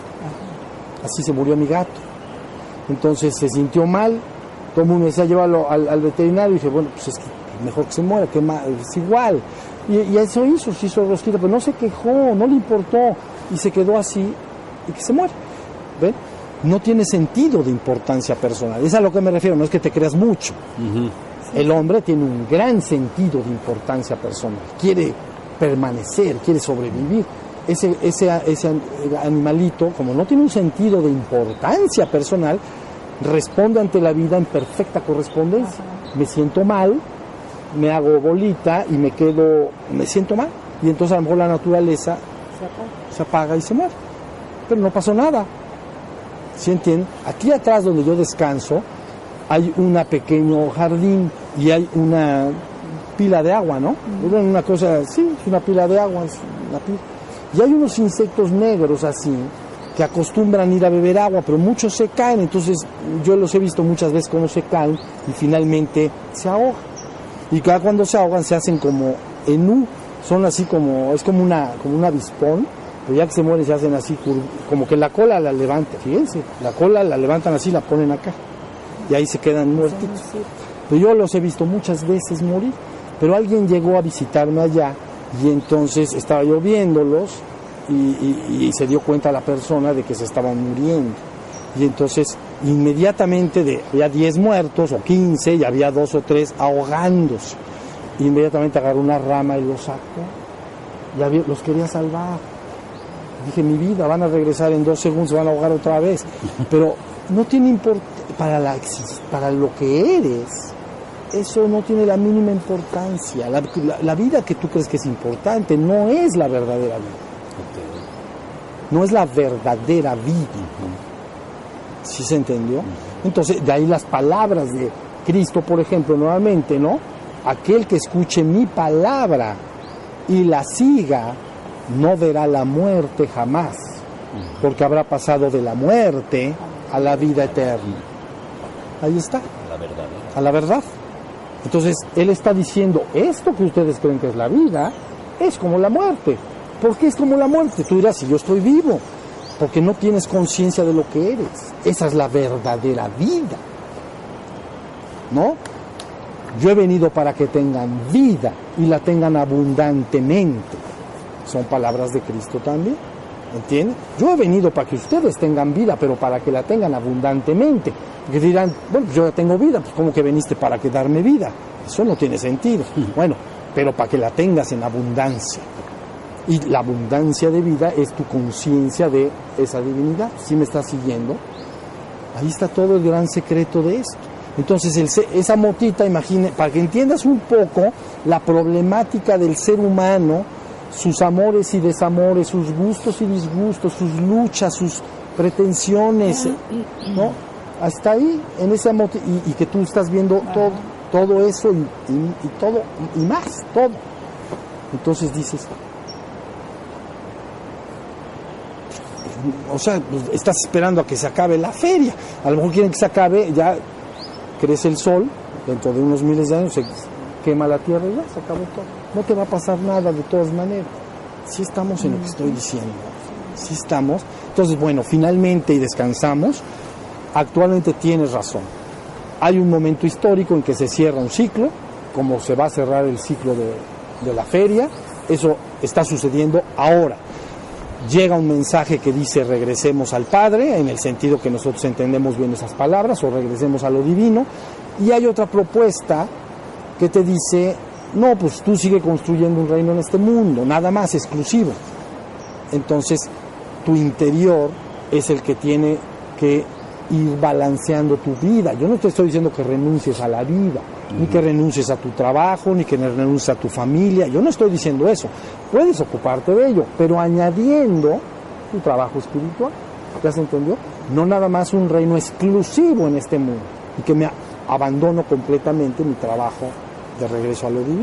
Así se murió mi gato. Entonces se sintió mal, todo el mundo me decía, llévalo al veterinario, y dije, bueno, pues es que mejor que se muera, que es igual. Y eso hizo, se hizo rosquita, pero no se quejó, no le importó, y se quedó así, y que se muere. ¿Ven? No tiene sentido de importancia personal. Es a lo que me refiero, no es que te creas mucho. El hombre tiene un gran sentido de importancia personal, quiere permanecer, quiere sobrevivir. Ese animalito, como no tiene un sentido de importancia personal, responde ante la vida en perfecta correspondencia. Me siento mal, me hago bolita y me siento mal. Y entonces a lo mejor la naturaleza se apaga y se muere. Pero no pasó nada. ¿Sí entienden? Aquí atrás donde yo descanso hay un pequeño jardín y hay una pila de agua, ¿no? Una cosa, sí, es una pila de agua, es una pila. Y hay unos insectos negros así, que acostumbran ir a beber agua, pero muchos se caen, entonces yo los he visto muchas veces cómo se caen y finalmente se ahogan. Y cada cuando se ahogan se hacen como en U, son así como, es como un avispón, pero ya que se mueren se hacen así, como que la cola la levantan, fíjense, la cola la levantan así, la ponen acá, y ahí se quedan muertitos. Pero yo los he visto muchas veces morir, pero alguien llegó a visitarme allá, y entonces estaba yo viéndolos y se dio cuenta la persona de que se estaban muriendo. Y entonces inmediatamente había 10 muertos o 15 y había 2 o 3 ahogándose. Inmediatamente agarró una rama y los sacó. Los quería salvar. Dije, mi vida, van a regresar en 2 segundos, se van a ahogar otra vez. Pero no tiene importancia para lo que eres. Eso no tiene la mínima importancia. La vida que tú crees que es importante no es la verdadera vida. No es la verdadera vida. ¿Sí se entendió? Entonces, de ahí las palabras de Cristo, por ejemplo, nuevamente, ¿no? Aquel que escuche mi palabra y la siga, no verá la muerte jamás, porque habrá pasado de la muerte a la vida eterna. Ahí está. La verdad. A la verdad. Entonces, Él está diciendo, esto que ustedes creen que es la vida, es como la muerte. ¿Por qué es como la muerte? Tú dirás, si yo estoy vivo, porque no tienes conciencia de lo que eres. Esa es la verdadera vida, ¿no? Yo he venido para que tengan vida y la tengan abundantemente. Son palabras de Cristo también, ¿entiendes? Yo he venido para que ustedes tengan vida, pero para que la tengan abundantemente. Porque dirán, bueno, pues yo ya tengo vida, pues ¿cómo que viniste para que darme vida? Eso no tiene sentido. Bueno, pero para que la tengas en abundancia. Y la abundancia de vida es tu conciencia de esa divinidad. ¿Sí me estás siguiendo? Ahí está todo el gran secreto de esto. Entonces, esa motita, imagine, para que entiendas un poco la problemática del ser humano, sus amores y desamores, sus gustos y disgustos, sus luchas, sus pretensiones, ¿no? Hasta ahí, en esa motita, y que tú estás viendo todo eso y todo, y más, todo. Entonces dices, o sea, pues, estás esperando a que se acabe la feria. A lo mejor quieren que se acabe, ya crece el sol, dentro de unos miles de años se quema la tierra y ya se acabó todo. No te va a pasar nada de todas maneras. Sí estamos en lo que estoy diciendo. Sí estamos. Entonces, bueno, finalmente, y descansamos, actualmente tienes razón. Hay un momento histórico en que se cierra un ciclo, como se va a cerrar el ciclo de la feria. Eso está sucediendo ahora. Llega un mensaje que dice regresemos al Padre, en el sentido que nosotros entendemos bien esas palabras, o regresemos a lo divino, y hay otra propuesta que te dice, no, pues tú sigue construyendo un reino en este mundo, nada más, exclusivo. Entonces, tu interior es el que tiene que ir balanceando tu vida. Yo no te estoy diciendo que renuncies a la vida, ni que renuncies a tu trabajo, ni que renuncies a tu familia. Yo no estoy diciendo eso. Puedes ocuparte de ello, pero añadiendo tu trabajo espiritual. ¿Ya se entendió? No nada más un reino exclusivo en este mundo, y que me abandono completamente mi trabajo de regreso a lo divino.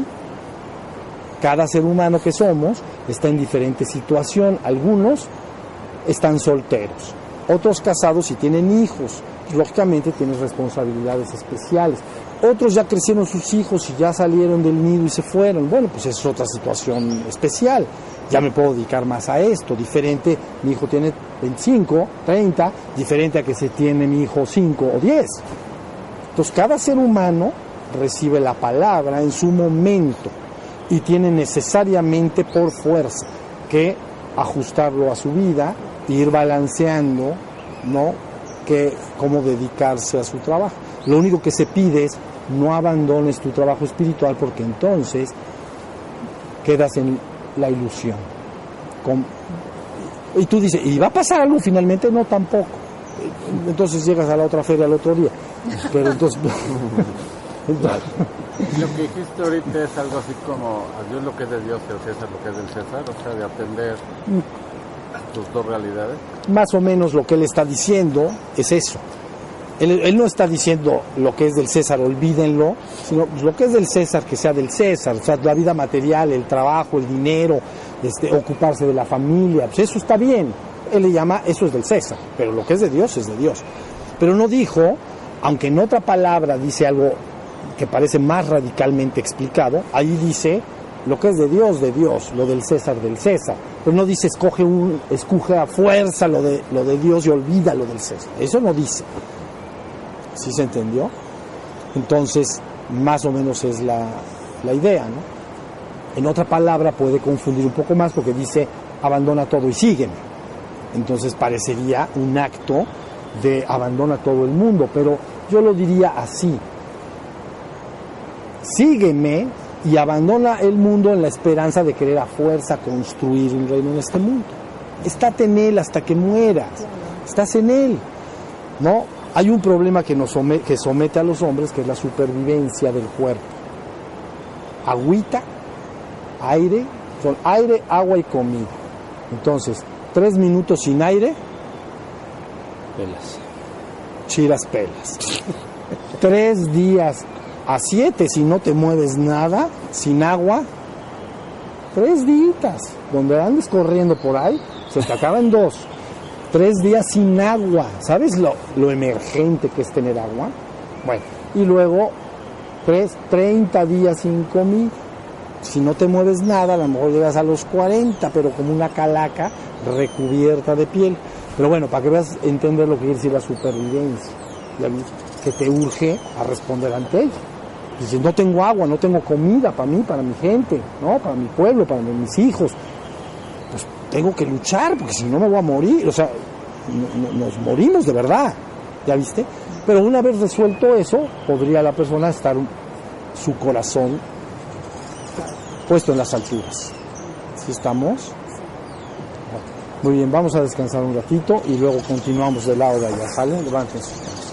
Cada ser humano que somos está en diferente situación. Algunos están solteros, otros casados y tienen hijos. Lógicamente tienes responsabilidades especiales. Otros ya crecieron sus hijos y ya salieron del nido y se fueron. Bueno, pues es otra situación especial. Ya me puedo dedicar más a esto. Diferente, mi hijo tiene 25, 30, diferente a que se tiene mi hijo 5 o 10. Entonces cada ser humano recibe la palabra en su momento y tiene necesariamente por fuerza que ajustarlo a su vida e ir balanceando, ¿no?, que cómo dedicarse a su trabajo. Lo único que se pide es no abandones tu trabajo espiritual, porque entonces quedas en la ilusión. Y tú dices, ¿y va a pasar algo finalmente? No, tampoco. Entonces llegas a la otra feria al otro día. Pero entonces... Lo que dijiste ahorita es algo así como a Dios lo que es de Dios y al César lo que es del César, o sea, de atender tus dos realidades. Más o menos lo que él está diciendo es eso. Él no está diciendo lo que es del César, olvídenlo, sino pues, lo que es del César, que sea del César, o sea, la vida material, el trabajo, el dinero, ocuparse de la familia, pues eso está bien. Él le llama, eso es del César, pero lo que es de Dios es de Dios. Pero no dijo, aunque en otra palabra dice algo que parece más radicalmente explicado, ahí dice lo que es de Dios, lo del César, pero no dice escoge a fuerza lo de Dios y olvida lo del César. Eso no dice. ¿Sí se entendió? Entonces, más o menos es la idea, ¿no? En otra palabra puede confundir un poco más porque dice abandona todo y sígueme. Entonces parecería un acto de abandona todo el mundo, pero yo lo diría así: sígueme y abandona el mundo en la esperanza de querer a fuerza construir un reino en este mundo. Estate en él hasta que mueras. Estás en él, ¿no? Hay un problema que somete a los hombres, que es la supervivencia del cuerpo. Agüita, aire, son aire, agua y comida. Entonces, 3 minutos sin aire, pelas. chiras pelas. 3 días a 7 si no te mueves nada, sin agua. 3 días, donde andes corriendo por ahí, se te acaban 2. 3 días sin agua. ¿Sabes lo emergente que es tener agua? Bueno, y luego 30 días sin comida. Si no te mueves nada, a lo mejor llegas a los 40, pero como una calaca recubierta de piel. Pero bueno, para que veas, entender lo que quiere decir la supervivencia, que te urge a responder ante ella. Dices, no tengo agua, no tengo comida para mí, para mi gente, ¿no? Para mi pueblo, para mis hijos. Pues tengo que luchar, porque si no me voy a morir. O sea, nos morimos de verdad, ¿ya viste? Pero una vez resuelto eso, podría la persona estar su corazón puesto en las alturas. ¿Sí estamos? Muy bien, vamos a descansar un ratito y luego continuamos del lado de allá, ¿sale? Levántense.